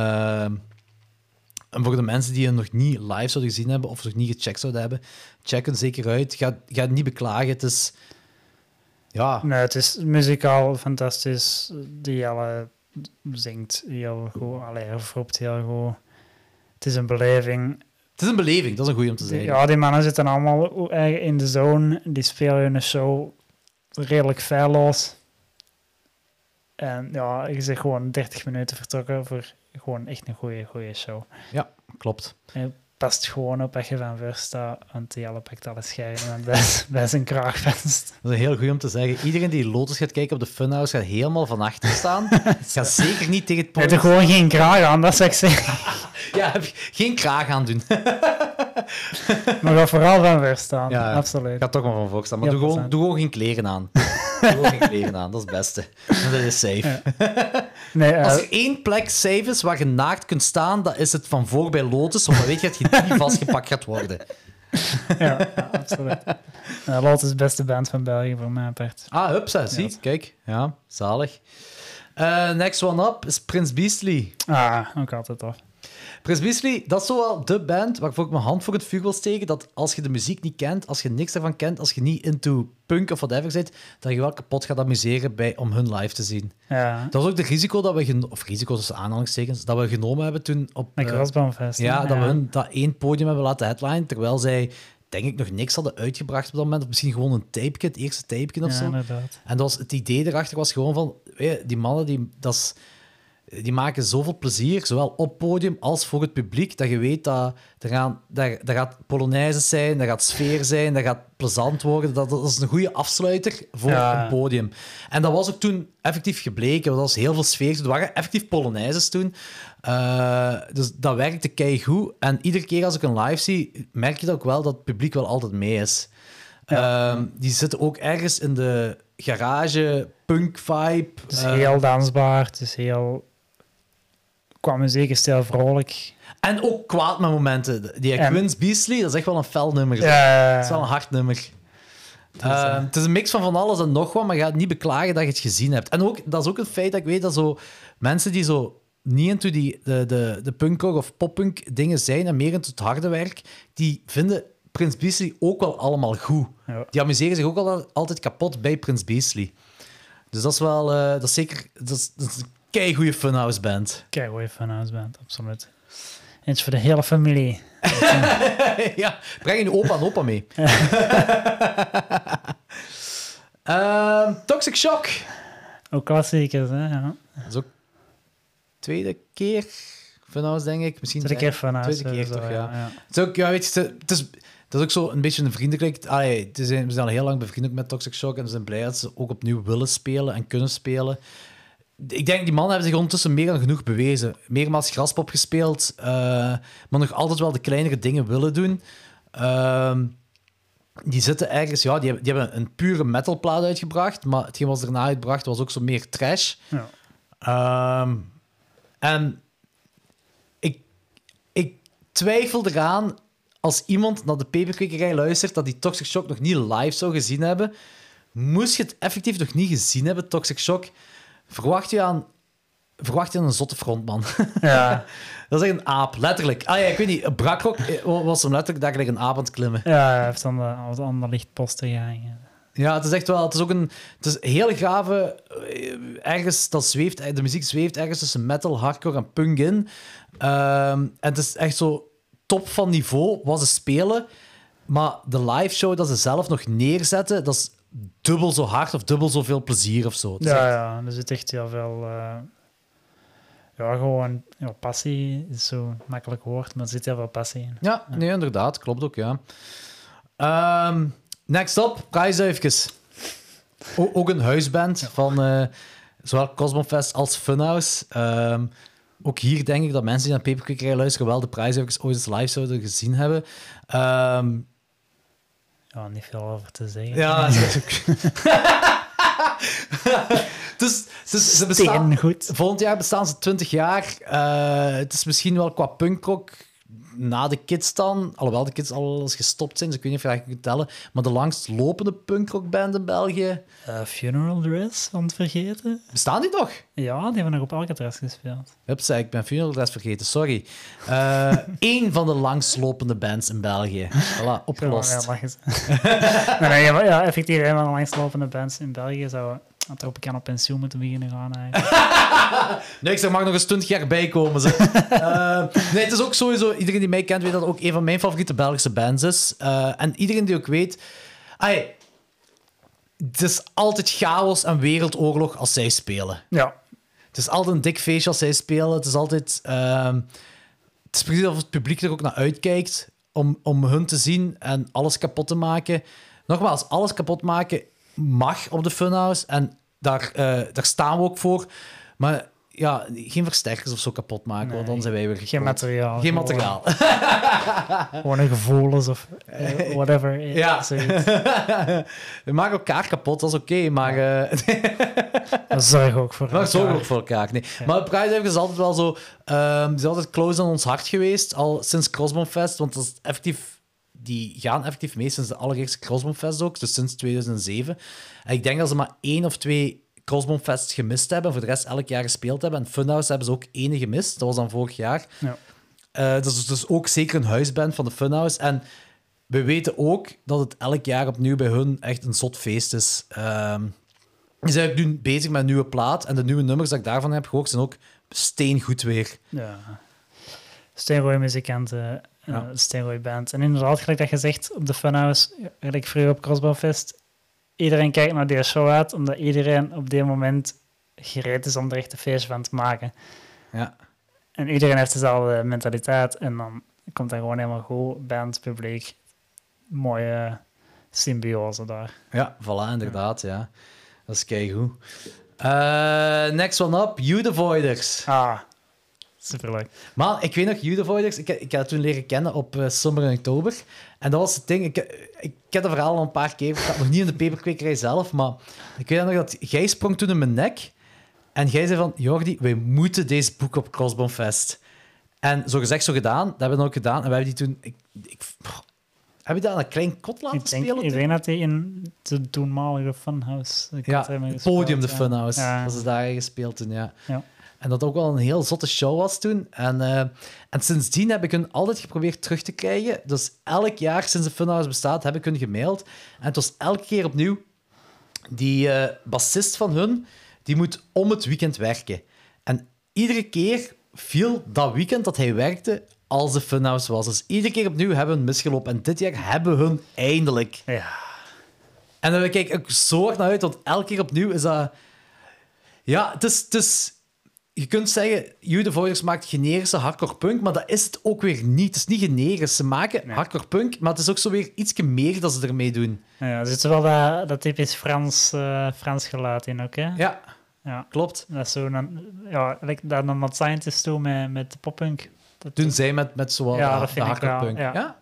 Speaker 1: En voor de mensen die het nog niet live zouden gezien hebben of nog niet gecheckt zouden hebben, check het zeker uit. Ga het niet beklagen. Het is... Ja.
Speaker 2: Nee, het is muzikaal fantastisch. Die Jelle zingt heel goed. Allee, roept heel goed. Het is een beleving.
Speaker 1: Het is een beleving, dat is een goeie om te zeggen.
Speaker 2: Ja, die mannen zitten allemaal in de zone. Die spelen hun show redelijk feilloos. En ja, je zegt gewoon 30 minuten vertrokken voor gewoon echt een goede show.
Speaker 1: Ja, klopt.
Speaker 2: En past gewoon op dat je van voor staat, want die alle pakt alle schijnen bij zijn kraagvest.
Speaker 1: Dat is heel goed om te zeggen. Iedereen die Lotus gaat kijken op de Funhouse gaat helemaal van achter staan. Ga zeker niet tegen het podium.
Speaker 2: Heb je gewoon geen kraag aan, dat zou ik zeggen.
Speaker 1: Ja, geen kraag aan doen.
Speaker 2: Maar ga vooral van voor staan,
Speaker 1: ja,
Speaker 2: absoluut.
Speaker 1: Ga toch maar van voor staan. Maar doe gewoon geen kleren aan. Doe gewoon geen kleren aan, dat is het beste. Dat is safe.
Speaker 2: Ja. Nee,
Speaker 1: als er één plek safe is waar je naakt kunt staan, dat is het van voor bij Lotus, want dan weet je dat je niet vastgepakt gaat worden.
Speaker 2: Ja, absoluut. Lotus is de beste band van België, voor mij apart.
Speaker 1: Hupsa, zie. Kijk. Ja, zalig. Next one up is Prince Beastly.
Speaker 2: Ook altijd tof.
Speaker 1: Prince Beastly, dat is zo wel de band waarvoor ik mijn hand voor het vuur wil steken, dat als je de muziek niet kent, als je niks daarvan kent, als je niet into punk of whatever zit, dat je wel kapot gaat amuseren om hun live te zien.
Speaker 2: Ja.
Speaker 1: Dat was ook de risico dat we... Of risico tussen aanhalingstekens, dat we genomen hebben toen op...
Speaker 2: Met Crossbone-fest.
Speaker 1: Ja, dat we hun dat één podium hebben laten headline, terwijl zij, denk ik, nog niks hadden uitgebracht op dat moment. Of misschien gewoon een tapeje, het eerste tapeje of zo.
Speaker 2: Inderdaad.
Speaker 1: En dat was, het idee erachter was gewoon van... Die mannen, die maken zoveel plezier, zowel op podium als voor het publiek, dat je weet dat er gaat Polonaise zijn, er gaat sfeer zijn, dat gaat plezant worden. Dat is een goede afsluiter voor een podium. En dat was ook toen effectief gebleken. Er was heel veel sfeer. Er waren effectief Polonaises toen. Dus dat werkte keigoed. En iedere keer als ik een live zie, merk je dat ook wel dat het publiek wel altijd mee is. Die zitten ook ergens in de garage, punk-vibe.
Speaker 2: Het is heel dansbaar, het is heel... Qua muziekstijl vrolijk.
Speaker 1: En ook kwaad met momenten. Die Prince Beastly, dat is echt wel een fel nummer. Dat is wel een hard nummer. Het is een mix van alles en nog wat, maar je gaat niet beklagen dat je het gezien hebt. En ook, dat is ook een feit dat ik weet dat zo mensen die zo niet into de punkrock of poppunk dingen zijn en meer into het harde werk, die vinden Prince Beastly ook wel allemaal goed.
Speaker 2: Ja.
Speaker 1: Die amuseren zich ook altijd kapot bij Prince Beastly. Dus dat is wel... dat is zeker... Dat is een keigoeie funhouse band.
Speaker 2: Keigoeie funhouse band, absoluut. Eens voor de hele familie.
Speaker 1: Ja, breng je opa en opa mee. Toxic Shock.
Speaker 2: Ook klassiekers, hè? Ja.
Speaker 1: Dat is ook tweede keer funhouse, denk ik. Misschien
Speaker 2: Tweede keer funhouse.
Speaker 1: Tweede keer,
Speaker 2: zo,
Speaker 1: toch, ja.
Speaker 2: ja.
Speaker 1: Het is ook, ja, weet je, dat is ook zo een beetje een vriendelijk... we zijn al heel lang bevriend met Toxic Shock en we zijn blij dat ze ook opnieuw willen spelen en kunnen spelen. Ik denk, die mannen hebben zich ondertussen meer dan genoeg bewezen. Meermaals Graspop gespeeld, maar nog altijd wel de kleinere dingen willen doen. Die zitten ergens... Ja, die hebben een pure metalplaat uitgebracht, maar hetgeen wat ze daarna uitbracht was ook zo meer trash.
Speaker 2: Ja.
Speaker 1: En ik twijfel eraan, als iemand naar de Peperkwekerij luistert, dat die Toxic Shock nog niet live zou gezien hebben. Moest je het effectief nog niet gezien hebben, Toxic Shock... Verwacht je aan een zotte frontman.
Speaker 2: Ja.
Speaker 1: Dat is echt een aap, letterlijk. Ik weet niet, Brakrock was hem letterlijk daar gelijk een aap aan het klimmen.
Speaker 2: Ja, hij heeft aan de lichtposten gehangen.
Speaker 1: Ja, het is echt wel... Het is ook een heel gave... Ergens, de muziek zweeft ergens tussen metal, hardcore en punk in. En het is echt zo top van niveau wat ze spelen. Maar de live show dat ze zelf nog neerzetten, dat is dubbel zo hard of dubbel zoveel plezier of zo.
Speaker 2: Ja, er zit echt heel veel... gewoon... Ja, passie is zo makkelijk woord, maar er zit heel veel passie in.
Speaker 1: Ja, nee, inderdaad. Klopt ook, ja. Next up, prijsduifjes. Ook een huisband van zowel Cosmofest als Funhouse. Ook hier denk ik dat mensen die naar Peperkwekerij luisteren wel de prijsduifjes ooit eens live zouden gezien hebben.
Speaker 2: Ja, niet veel over te zeggen.
Speaker 1: Ja, dus ze bestaan...
Speaker 2: Goed.
Speaker 1: Volgend jaar bestaan ze 20 jaar. Het is misschien wel qua punkrock na de Kids dan, alhoewel de Kids al eens gestopt zijn, dus ik weet niet of je dat kunt tellen, maar de langstlopende punkrockband in België...
Speaker 2: Funeral Dress, van het vergeten.
Speaker 1: Bestaan die nog?
Speaker 2: Ja, die hebben nog op Alcatraz gespeeld.
Speaker 1: Hups, ik ben Funeral Dress vergeten, sorry. Eén van de langstlopende bands in België. Voilà, opgelost.
Speaker 2: Ja, effectief, een van de langstlopende bands in België zou... Dat hoop ik aan op pensioen moeten beginnen gaan eigenlijk.
Speaker 1: Nee, ik zeg, mag nog eens 20 jaar bijkomen. Nee, het is ook sowieso... Iedereen die mij kent weet dat het ook een van mijn favoriete Belgische bands is. En iedereen die ook weet... het is altijd chaos en wereldoorlog als zij spelen.
Speaker 2: Ja.
Speaker 1: Het is altijd een dik feestje als zij spelen. Het is altijd... het is precies of het publiek er ook naar uitkijkt om hun te zien en alles kapot te maken. Nogmaals, alles kapot maken mag op de Funhouse en daar staan we ook voor. Maar ja, geen versterkers of zo kapot maken, want dan zijn wij weer
Speaker 2: geen materiaal.
Speaker 1: Geen materiaal.
Speaker 2: Gewoon een gevoelens of whatever.
Speaker 1: Ja. We maken elkaar kapot, dat is oké, maar...
Speaker 2: Zorg ook voor elkaar.
Speaker 1: Zorg ook voor elkaar, nee. Ja. Maar Pride is altijd wel zo... die is altijd close aan ons hart geweest, al sinds Crossbone-fest, want dat is effectief... Die gaan effectief mee sinds de allereerste Crossbone-fest ook, dus sinds 2007. En ik denk dat ze maar 1 of 2 Crossbone Fest gemist hebben, voor de rest elk jaar gespeeld hebben. En Funhouse hebben ze ook ene gemist, dat was dan vorig jaar.
Speaker 2: Ja.
Speaker 1: Dat is dus ook zeker een huisband van de Funhouse. En we weten ook dat het elk jaar opnieuw bij hun echt een zot feest is. Die zijn ook nu bezig met een nieuwe plaat. En de nieuwe nummers dat ik daarvan heb gehoord zijn ook steengoed weer.
Speaker 2: Ja. Steenrooie muzikanten, Steenrooie band. En inderdaad, gelijk dat je zegt, op de Funhouse, gelijk vroeger op Crossbone Fest, iedereen kijkt naar die show uit, omdat iedereen op dit moment gereed is om er echt een feestje van te maken.
Speaker 1: Ja.
Speaker 2: En iedereen heeft dezelfde mentaliteit. En dan komt dat gewoon helemaal goed. Band, publiek. Mooie symbiose daar.
Speaker 1: Ja, voilà, inderdaad. Ja. Dat is keigoed. Next one up, You The Voiders.
Speaker 2: Ah, superleuk.
Speaker 1: Man, ik weet nog, You The Voiders, ik heb het toen leren kennen op Summer in Oktober. En dat was het ding. Ik heb dat verhaal al een paar keer verteld, nog niet in de peperkwekerij zelf, maar ik weet nog dat jij sprong toen in mijn nek en jij zei van, Jordi, wij moeten deze boeken op Crossbone Fest. En zo gezegd, zo gedaan. Dat hebben we dan ook gedaan. En we hebben die toen... Heb je dat aan een klein kot laten spelen?
Speaker 2: Ik denk dat hij in de toenmalige Funhouse...
Speaker 1: Het podium, de Funhouse.
Speaker 2: Ja.
Speaker 1: Dat is daar gespeeld toen, ja.
Speaker 2: Ja.
Speaker 1: En dat ook wel een heel zotte show was toen. En sindsdien heb ik hun altijd geprobeerd terug te krijgen. Dus elk jaar sinds de Funhouse bestaat, heb ik hun gemaild. En het was elke keer opnieuw... Die bassist van hun, die moet om het weekend werken. En iedere keer viel dat weekend dat hij werkte als de Funhouse was. Dus iedere keer opnieuw hebben we hun misgelopen. En dit jaar hebben we hun eindelijk.
Speaker 2: Ja.
Speaker 1: En dan kijk ik zo hard naar uit, want elke keer opnieuw is dat... Ja, het is... Je kunt zeggen, You The Voiders maakt generische hardcore punk, maar dat is het ook weer niet. Het is niet generisch. Ze maken hardcore punk, maar het is ook zo weer iets meer dat ze ermee doen.
Speaker 2: Ja, er zit wel dat typisch Frans geluid in ook, hè?
Speaker 1: Ja, klopt.
Speaker 2: Dat is zo dat een Mad Scientist doen met de poppunk.
Speaker 1: Doen zij met zoal
Speaker 2: dat
Speaker 1: de
Speaker 2: vind ik
Speaker 1: hardcore
Speaker 2: wel,
Speaker 1: punk.
Speaker 2: ja.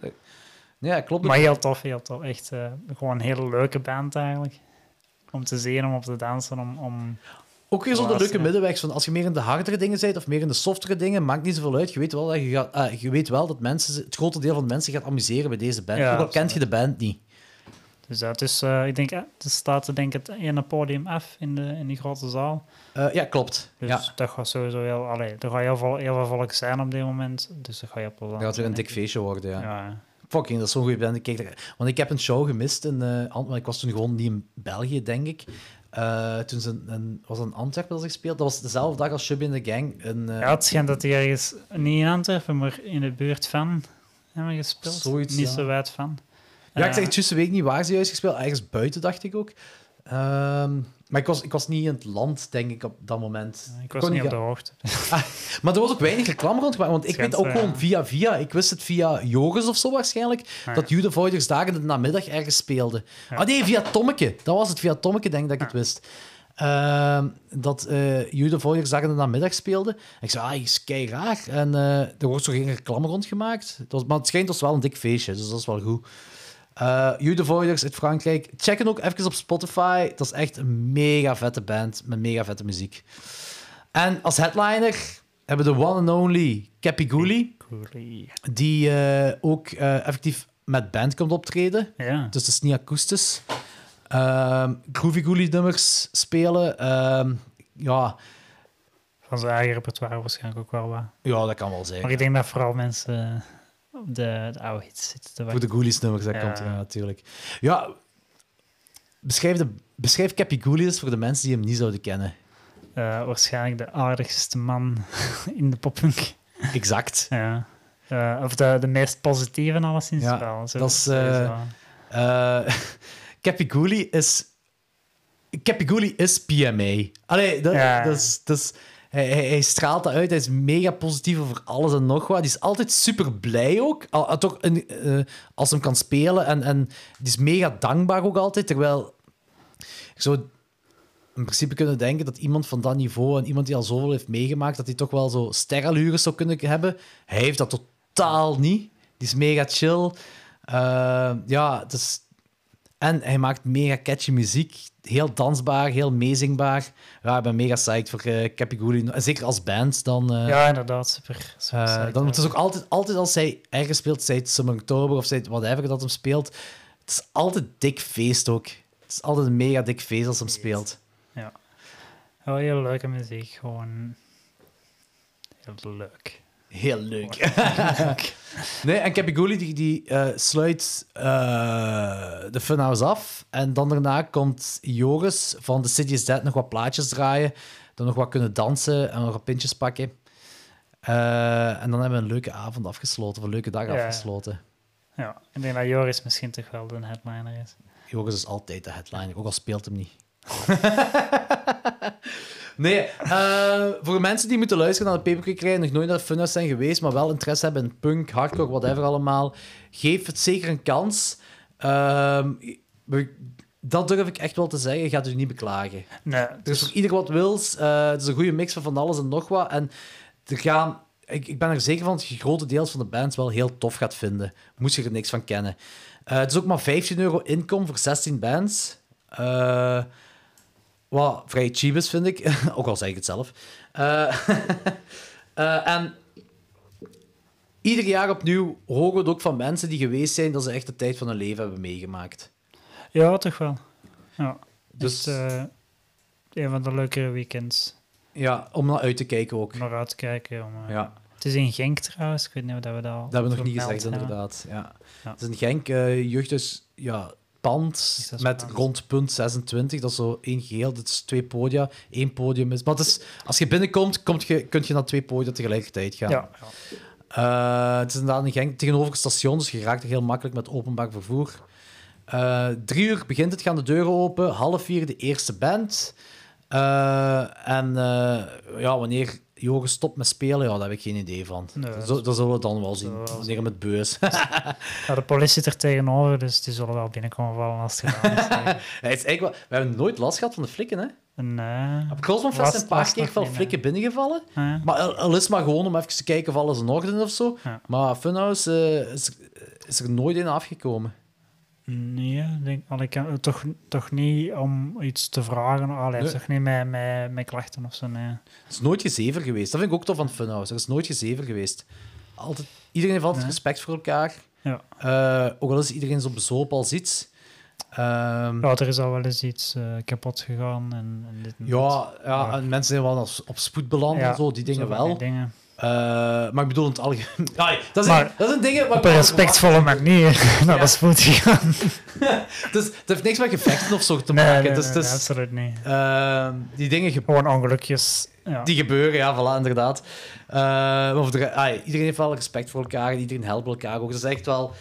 Speaker 1: Nee, klopt.
Speaker 2: Maar heel tof. Echt gewoon een hele leuke band eigenlijk. Om te zien, om op te dansen, om...
Speaker 1: Ook weer zo de leuke middenweg. Van als je meer in de hardere dingen bent of meer in de softere dingen, maakt niet zoveel uit. Je weet wel dat, je weet wel dat het grote deel van de mensen gaat amuseren bij deze band.
Speaker 2: Ja,
Speaker 1: ook al kent je de band niet.
Speaker 2: Dus dat is, ik denk, het staat denk ik het ene podium af in die grote zaal.
Speaker 1: Ja, klopt.
Speaker 2: Dus dat gaat sowieso er gaat heel veel volk zijn op dit moment. Dus dat ga je plezant.
Speaker 1: Dat gaat weer een dik feestje worden, ja.
Speaker 2: Ja.
Speaker 1: Fucking, dat is zo'n goede band. Want ik heb een show gemist in Antwerpen. Ik was toen gewoon niet in België, denk ik. Toen was het in Antwerpen dat ze gespeeld. Dat was dezelfde dag als Chubby in the Gang.
Speaker 2: Het schijnt dat die ergens niet in Antwerpen, maar in de buurt van hebben gespeeld.
Speaker 1: Zoiets,
Speaker 2: niet zo wijd van.
Speaker 1: Ja, ik zeg het juist, weet ik niet waar ze juist gespeeld. Ergens buiten, dacht ik ook. Maar ik was niet in het land, denk ik, op dat moment.
Speaker 2: Ik was niet op de hoogte.
Speaker 1: Maar er was ook weinig reclame rondgemaakt, want ik weet ook gewoon via... Ik wist het via Joris of zo waarschijnlijk, dat You The Voiders daar in de namiddag ergens speelde. Ah nee, via Tommeke. Dat was het, via Tommeke, denk ik dat ik het wist. Dat You The Voiders daar in de namiddag speelde. En ik zei, is kei raar. En er wordt zo geen reclame rondgemaakt. Maar het schijnt dus wel een dik feestje, dus dat is wel goed. You The Voiders uit Frankrijk. Check het ook even op Spotify. Dat is echt een mega vette band met mega vette muziek. En als headliner hebben we de one and only Cappy Gooley. Die ook effectief met band komt optreden.
Speaker 2: Ja.
Speaker 1: Dus het is niet akoestisch. Groovy Gooley nummers spelen. Ja.
Speaker 2: Van zijn eigen repertoire waarschijnlijk ook wel wat.
Speaker 1: Ja, dat kan wel zijn.
Speaker 2: Maar ik denk dat vooral mensen... op de oude hits zitten te wachten.
Speaker 1: Voor de Ghoulies nummers, dat komt er natuurlijk. Ja, beschrijf Cappy Gooley eens voor de mensen die hem niet zouden kennen.
Speaker 2: Waarschijnlijk de aardigste man in de poppunk.
Speaker 1: Exact.
Speaker 2: Ja. Of de meest positieve alleszins
Speaker 1: ja,
Speaker 2: wel. Zo,
Speaker 1: dat is... Cappy Gooley is PMA. Allee, dat is... Hij straalt dat uit. Hij is mega positief over alles en nog wat. Die is altijd super blij ook. Als hij kan spelen. En die is mega dankbaar ook altijd. Terwijl ik zou in principe kunnen denken dat iemand van dat niveau en iemand die al zoveel heeft meegemaakt, dat hij toch wel zo sterrenlures zou kunnen hebben. Hij heeft dat totaal niet. Die is mega chill. Het is... En hij maakt mega catchy muziek. Heel dansbaar, heel meezingbaar. Ja, ik ben mega psyched voor Cappy Gooley. Zeker als band. Dan,
Speaker 2: ja, inderdaad. Super
Speaker 1: dan het is ook altijd als hij ergens speelt, zij het Summer October of zij het whatever dat hem speelt, het is altijd dik feest ook. Het is altijd een mega dik feest als hem speelt.
Speaker 2: Ja. Oh, heel leuke muziek. Gewoon heel leuk.
Speaker 1: Heel leuk. Nee, en Capiguli die sluit de Funhouse af. En dan daarna komt Joris van The City is Dead nog wat plaatjes draaien. Dan nog wat kunnen dansen en nog wat pintjes pakken. En dan hebben we een leuke avond afgesloten, of een leuke dag afgesloten.
Speaker 2: Ja, ik denk dat Joris misschien toch wel de headliner is.
Speaker 1: Joris is altijd de headliner, ook al speelt hem niet. Nee, voor de mensen die moeten luisteren naar de Paperclip nog nooit naar de Funhouse zijn geweest, maar wel interesse hebben in punk, hardcore, whatever allemaal, geef het zeker een kans. Dat durf ik echt wel te zeggen, je gaat je niet beklagen.
Speaker 2: Nee,
Speaker 1: Er is voor ieder wat wils. Het is een goede mix van alles en nog wat. En ik ben er zeker van dat je grote deels van de bands wel heel tof gaat vinden. Moest je er niks van kennen. Het is ook maar €15 inkom voor 16 bands. Wat vrij cheap is, vind ik. Ook al zeg ik het zelf. En ieder jaar opnieuw horen we het ook van mensen die geweest zijn dat ze echt de tijd van hun leven hebben meegemaakt.
Speaker 2: ja, toch wel. Ja.
Speaker 1: Dus
Speaker 2: Een van de leukere weekends.
Speaker 1: ja, om naar uit te kijken ook.
Speaker 2: Om naar uit te kijken.
Speaker 1: Ja.
Speaker 2: Het is in Genk trouwens. Ik weet niet of dat we dat al
Speaker 1: Dat hebben we nog niet
Speaker 2: vermeld
Speaker 1: gezegd,
Speaker 2: hebben.
Speaker 1: inderdaad. Ja.
Speaker 2: Ja.
Speaker 1: Het is een Genk jeugdhuis pand met rond punt 26. Dat is zo één geheel. Dit is 2 podia. 1 podium is... Maar het is, als je binnenkomt, kun je naar 2 podia tegelijkertijd gaan.
Speaker 2: Ja.
Speaker 1: Het is inderdaad een Genk tegenover het station, dus je raakt er heel makkelijk met openbaar vervoer. 3 uur begint het, gaan de deuren open. 3:30 de eerste band. Wanneer Joris stopt met spelen, daar heb ik geen idee van.
Speaker 2: Nee,
Speaker 1: dat zullen we dan wel zien. Wanneer met beus.
Speaker 2: Ja, de politie zit er tegenover, dus die zullen wel binnenkomen vallen als het gedaan is.
Speaker 1: Het is eigenlijk wel, we hebben nooit last gehad van de flikken, hè?
Speaker 2: Nee.
Speaker 1: Op Cosmofest zijn een paar keer van flikken binnengevallen. Maar al is maar gewoon om even te kijken of alles in orde is of zo.
Speaker 2: Ja.
Speaker 1: Maar Funhouse is er nooit in afgekomen.
Speaker 2: Nee, ik kan toch niet om iets te vragen.
Speaker 1: Nee.
Speaker 2: Toch niet met klachten of zo. Nee.
Speaker 1: Het is nooit gezever geweest. Dat vind ik ook tof van Funhouse. Er is nooit gezever geweest. Iedereen heeft altijd respect voor elkaar.
Speaker 2: Ja.
Speaker 1: Ook al is iedereen zo bezopen als iets.
Speaker 2: Ja, er is al wel eens iets kapot gegaan. En dit en dat.
Speaker 1: En mensen zijn wel op spoed beland en zo, die dingen
Speaker 2: zo van
Speaker 1: wel.
Speaker 2: die dingen.
Speaker 1: Maar ik bedoel in het algemeen... dat is een ding...
Speaker 2: Op een respectvolle manier naar de spoed gegaan.
Speaker 1: Het heeft niks met gevechten of zo te maken.
Speaker 2: Nee, absoluut niet.
Speaker 1: Die dingen
Speaker 2: Gewoon ongelukjes. Ja.
Speaker 1: die gebeuren, ja, voilà, inderdaad. Maar iedereen heeft wel respect voor elkaar en iedereen helpt elkaar ook. Dat is echt wel...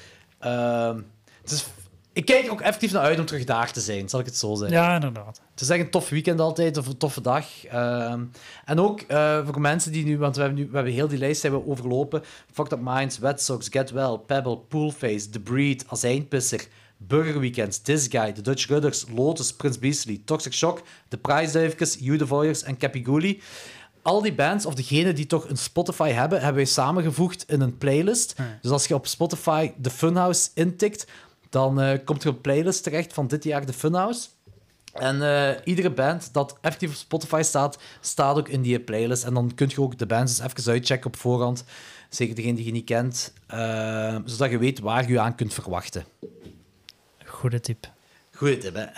Speaker 1: ik kijk er ook effectief naar uit om terug daar te zijn, zal ik het zo zeggen.
Speaker 2: Ja, inderdaad.
Speaker 1: Het is echt een tof weekend altijd, of een toffe dag. En ook voor mensen die nu... Want we hebben heel die lijst hebben overlopen. Fucked Up Minds, Wet Sox, Get Well, Pebble, Poolface, The Breed, Azijnpisser, Burger Weekends, This Guy, The Dutch Rudders, Lotus, Prince Beastly, Toxic Shock, The Prijsduifkes, You The Voyeurs en Capiguli. Al die bands, of degenen die toch een Spotify hebben wij samengevoegd in een playlist. Dus als je op Spotify de Funhouse intikt, dan komt er een playlist terecht van dit jaar de Funhouse. En iedere band dat effectief op Spotify staat ook in die playlist. En dan kun je ook de bands eens even uitchecken op voorhand. Zeker degene die je niet kent. Zodat je weet waar je aan kunt verwachten.
Speaker 2: Goede tip.
Speaker 1: Goeie tip, hè?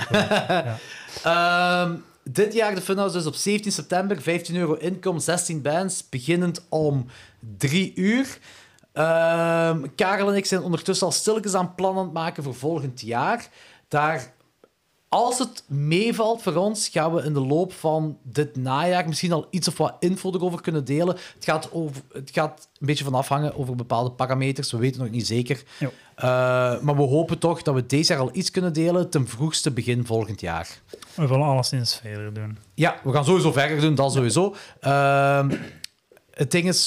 Speaker 1: Dit jaar de Funhouse dus op 17 september. €15 inkom, 16 bands. Beginnend om 3 uur. Karel en ik zijn ondertussen al stilletjes aan plannen aan het maken voor volgend jaar. Als het meevalt voor ons, gaan we in de loop van dit najaar misschien al iets of wat info erover kunnen delen. Het gaat een beetje van afhangen over bepaalde parameters. We weten het nog niet zeker. Maar we hopen toch dat we deze jaar al iets kunnen delen ten vroegste begin volgend jaar.
Speaker 2: We willen alleszins verder doen.
Speaker 1: Ja, we gaan sowieso verder doen, dat sowieso. Het ding is,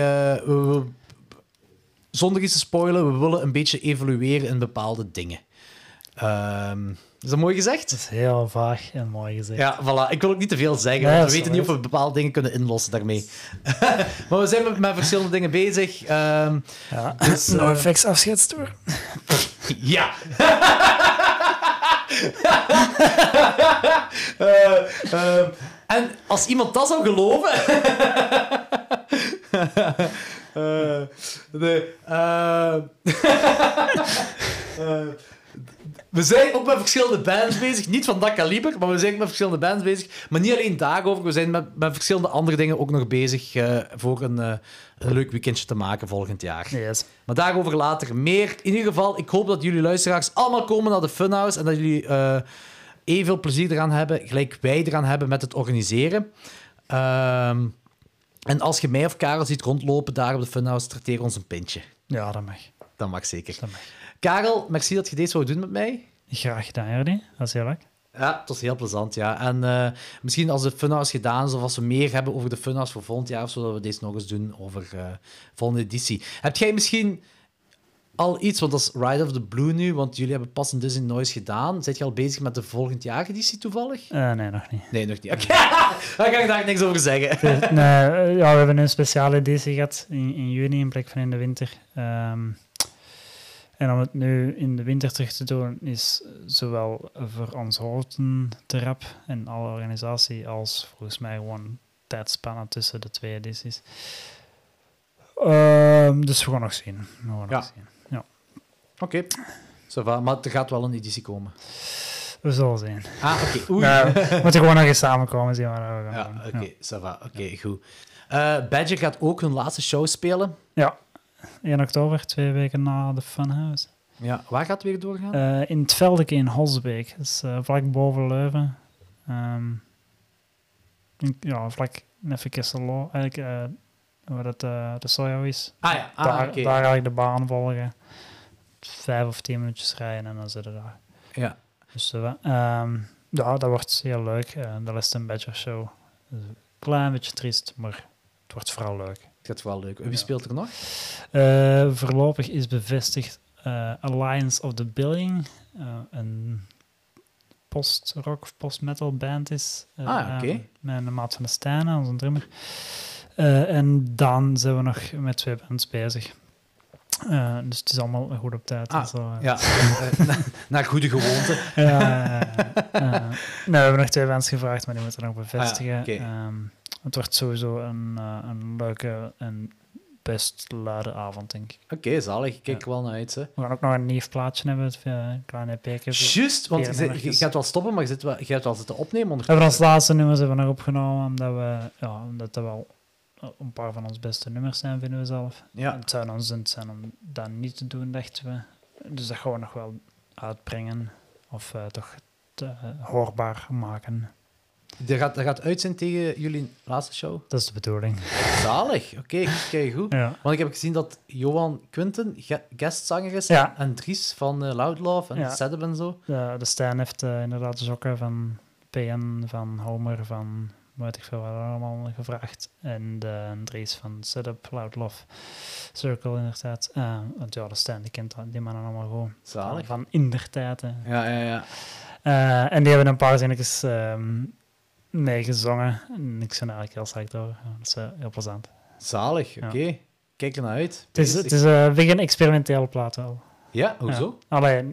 Speaker 1: zonder iets te spoilen, we willen een beetje evolueren in bepaalde dingen. Is dat mooi gezegd?
Speaker 2: Dat is heel vaag en mooi gezegd.
Speaker 1: Ja, voilà. Ik wil ook niet te veel zeggen, want we weten niet of we bepaalde dingen kunnen inlossen daarmee. Maar we zijn met verschillende dingen bezig.
Speaker 2: Dus, NoFX afscheidstoer.
Speaker 1: Ja! En als iemand dat zou geloven... We zijn ook met verschillende bands bezig. Niet van dat kaliber, maar we zijn ook met verschillende bands bezig. Maar niet alleen daarover. We zijn met verschillende andere dingen ook nog bezig voor een leuk weekendje te maken volgend jaar.
Speaker 2: Yes.
Speaker 1: Maar daarover later meer. In ieder geval, ik hoop dat jullie luisteraars allemaal komen naar de Funhouse en dat jullie evenveel plezier eraan hebben, gelijk wij eraan hebben met het organiseren. En als je mij of Karel ziet rondlopen daar op de Funhouse, trakteer ons een pintje.
Speaker 2: Ja, dat mag.
Speaker 1: Dat mag zeker.
Speaker 2: Dat mag.
Speaker 1: Karel, merci dat je dit zou doen met mij.
Speaker 2: Graag gedaan, Jordi. Dat is heel leuk.
Speaker 1: Ja, het was heel plezant, ja. En misschien als de Funhouse gedaan is, of als we meer hebben over de Funhouse voor volgend jaar, of zo, dat we deze nog eens doen over volgende editie. Heb jij misschien al iets, want dat is Ride of the Blue nu, want jullie hebben pas een Disney Noise gedaan. Zet je al bezig met de volgend jaar editie toevallig?
Speaker 2: Nee, nog niet.
Speaker 1: Nee, nog niet. Oké, daar kan ik daar niks over zeggen.
Speaker 2: Nee, ja, we hebben een speciale editie gehad in juni in plek van in de winter. En om het nu in de winter terug te doen, is zowel voor ons houten te rap en alle organisatie, als volgens mij gewoon tijdspannen tussen de twee edities. Dus we gaan nog zien. Ja.
Speaker 1: Oké. Ça va, maar er gaat wel een editie komen.
Speaker 2: We zullen zien.
Speaker 1: Ah, oké. Oei.
Speaker 2: We moeten gewoon nog eens samenkomen. Zien wat we gaan doen.
Speaker 1: Oké, ça va. Oké, goed. Badger gaat ook hun laatste show spelen.
Speaker 2: Ja, 1 oktober, 2 weken na de Funhouse.
Speaker 1: Ja, waar gaat het weer doorgaan?
Speaker 2: In het Veldeke in Holsbeek. Dus vlak boven Leuven. Vlak even Kesselo. Eigenlijk waar het de Sojo is.
Speaker 1: Ah ja,
Speaker 2: daar
Speaker 1: oké.
Speaker 2: daar eigenlijk de baan volgen. 5 of 10 minuutjes rijden en dan zitten we daar.
Speaker 1: Ja.
Speaker 2: Dus ja, dat wordt heel leuk. De Last Badger Show. Een klein beetje triest, maar het wordt vooral leuk.
Speaker 1: Het gaat wel leuk. Wie speelt er nog?
Speaker 2: Voorlopig is bevestigd Alliance of the Billing. Een post-rock of post-metal band is.
Speaker 1: Oké.
Speaker 2: Met een maat van de Stijnen, onze drummer. En dan zijn we nog met 2 bands bezig. Dus het is allemaal goed op tijd.
Speaker 1: Naar goede gewoonte.
Speaker 2: We hebben nog 2 bands gevraagd, maar die moeten we nog bevestigen.
Speaker 1: Okay.
Speaker 2: Het wordt sowieso een leuke en best luide avond, denk ik.
Speaker 1: Oké, zalig. Ik kijk er wel naar uit. Hè.
Speaker 2: We gaan ook nog een nieuw plaatje hebben, een kleine EP'tje.
Speaker 1: Juist, want je gaat wel stoppen, maar je gaat wel zitten opnemen.
Speaker 2: We hebben ons laatste nummers hebben we nog opgenomen, omdat dat wel een paar van ons beste nummers zijn, vinden we zelf.
Speaker 1: Ja.
Speaker 2: Het zou onzin zijn om dat niet te doen, dachten we. Dus dat gaan we nog wel uitbrengen, of toch hoorbaar maken.
Speaker 1: Dat gaat uit zijn tegen jullie laatste show?
Speaker 2: Dat is de bedoeling.
Speaker 1: Zalig, oké, kijk goed.
Speaker 2: Ja.
Speaker 1: Want ik heb gezien dat Johan Quinten guestzanger is en Dries van Loud Love en Sedem en zo.
Speaker 2: De Stijn heeft inderdaad de sokken van PN, van Homer, van weet ik veel wat allemaal gevraagd. En de Dries van Setup, Loud Love, Circle inderdaad. Want ja, de Stijn die kent die mannen allemaal gewoon.
Speaker 1: Zalig.
Speaker 2: Van indertijd.
Speaker 1: Ja.
Speaker 2: En die hebben een paar zinnetjes meegezongen. En ik ben eigenlijk heel sterk door. Dat is heel plezant.
Speaker 1: Zalig, oké. Kijk er naar uit.
Speaker 2: Het is weer een experimentele plaat wel.
Speaker 1: Ja, hoezo?
Speaker 2: Alleen,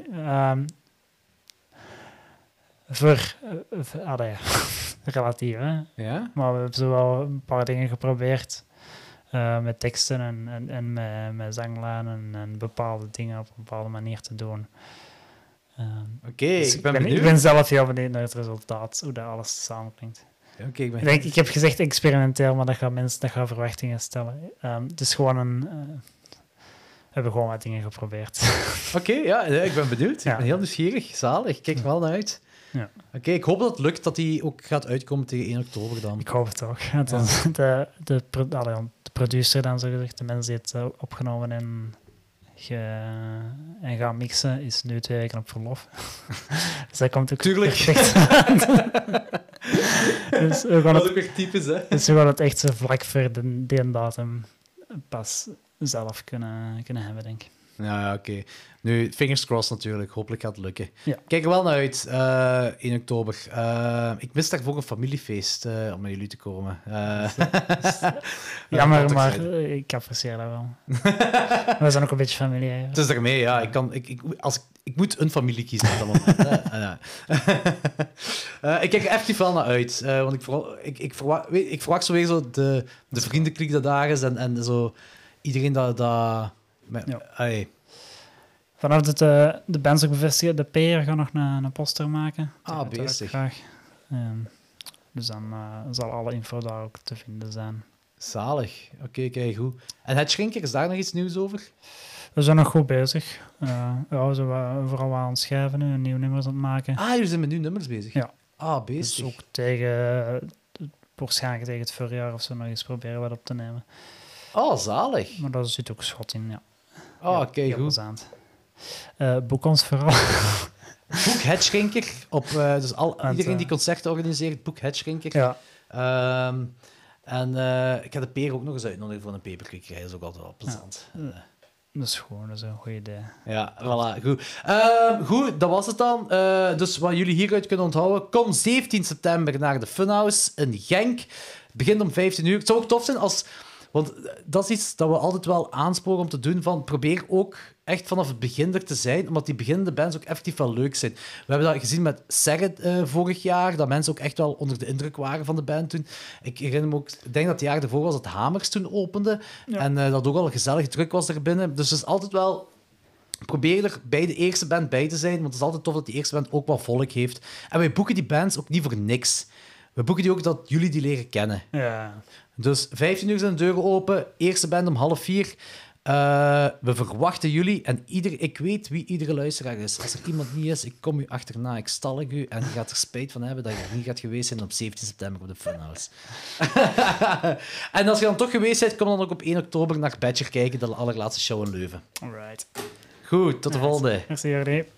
Speaker 2: relatief, hè?
Speaker 1: Ja?
Speaker 2: Maar we hebben zo wel een paar dingen geprobeerd. Met teksten en met zanglijnen en bepaalde dingen op een bepaalde manier te doen.
Speaker 1: Oké,
Speaker 2: dus
Speaker 1: ik ben benieuwd.
Speaker 2: Ik ben zelf heel benieuwd naar het resultaat, hoe dat alles samenklinkt.
Speaker 1: Okay,
Speaker 2: ik heb gezegd experimenteel, maar dat gaat verwachtingen stellen. Het is gewoon we hebben gewoon wat dingen geprobeerd.
Speaker 1: Oké, ik ben benieuwd. Ik ben heel nieuwsgierig. Zalig. Ik kijk er wel naar uit.
Speaker 2: Ja.
Speaker 1: Oké, ik hoop dat het lukt, dat die ook gaat uitkomen tegen 1 oktober dan.
Speaker 2: Ik hoop het ook. De producer dan, zo gezegd, de mensen die het opgenomen en gaan mixen, is nu 2 weken op verlof. Dus dat komt ook perfect. Dus we gaan
Speaker 1: dat ook weer typisch, hè?
Speaker 2: Dus we gaan het echt zo vlak voor de datum pas zelf kunnen hebben, denk ik.
Speaker 1: Ja, oké. Nu, fingers crossed natuurlijk. Hopelijk gaat het lukken.
Speaker 2: Ja.
Speaker 1: Kijk er wel naar uit, 1 oktober. Ik mis daarvoor een familiefeest om naar jullie te komen.
Speaker 2: Jammer, maar ik apprecieer dat wel. We zijn ook een beetje familie.
Speaker 1: Het is daarmee, ja. Ik moet een familie kiezen. Ik kijk er effectief wel naar uit. Want ik verwacht sowieso de vriendenklik dat daar is en zo iedereen dat
Speaker 2: Vanaf dat de bands ook bevestigen, de PR gaat nog een poster maken. Dat wil ik
Speaker 1: bezig.
Speaker 2: graag. Dus dan zal alle info daar ook te vinden zijn.
Speaker 1: Zalig. Oké, kijk goed. En het Schrinker, is daar nog iets nieuws over?
Speaker 2: We zijn nog goed bezig. We zijn vooral aan het schrijven nu, nieuwe nummers aan het maken.
Speaker 1: Jullie zijn met nieuwe nummers bezig?
Speaker 2: Ja.
Speaker 1: Bezig.
Speaker 2: Dus ook waarschijnlijk tegen het voorjaar of zo nog eens proberen wat op te nemen.
Speaker 1: Zalig.
Speaker 2: Maar daar zit ook schot in, ja.
Speaker 1: Kijk
Speaker 2: heel
Speaker 1: goed.
Speaker 2: plezant. Boek ons vooral.
Speaker 1: Boek Het Schrinker. Dus iedereen die concerten organiseert, boek Het Schrinker.
Speaker 2: Ja.
Speaker 1: En ik ga de Peer ook nog eens uitnodigen voor een peperkwekerij. Dat is ook altijd wel plezant.
Speaker 2: Dat is gewoon een goed idee.
Speaker 1: Ja, voilà, goed. Goed, dat was het dan. Dus wat jullie hieruit kunnen onthouden, kom 17 september naar de Funhouse in Genk. Het begint om 15 uur. Het zou ook tof zijn als... Want dat is iets dat we altijd wel aansporen om te doen. Van, probeer ook echt vanaf het begin er te zijn, omdat die beginnende bands ook effectief wel leuk zijn. We hebben dat gezien met Serret vorig jaar, dat mensen ook echt wel onder de indruk waren van de band toen. Ik herinner me ook, ik denk dat het jaar ervoor was dat Hamers toen opende. Ja. En dat ook al een gezellige druk was er binnen. Dus het is altijd wel... Probeer er bij de eerste band bij te zijn, want het is altijd tof dat die eerste band ook wel volk heeft. En wij boeken die bands ook niet voor niks. We boeken die ook dat jullie die leren kennen.
Speaker 2: Ja.
Speaker 1: Dus 15 uur zijn de deuren open. Eerste band om 3:30. We verwachten jullie. En ik weet wie iedere luisteraar is. Als er iemand niet is, ik kom u achterna. Ik stalk u. En je gaat er spijt van hebben dat je er niet gaat geweest zijn op 17 september op de Funhouse. En als je dan toch geweest bent, kom dan ook op 1 oktober naar Badger kijken. De allerlaatste show in Leuven.
Speaker 2: Alright.
Speaker 1: Goed, tot de volgende.
Speaker 2: Merci, Jordi.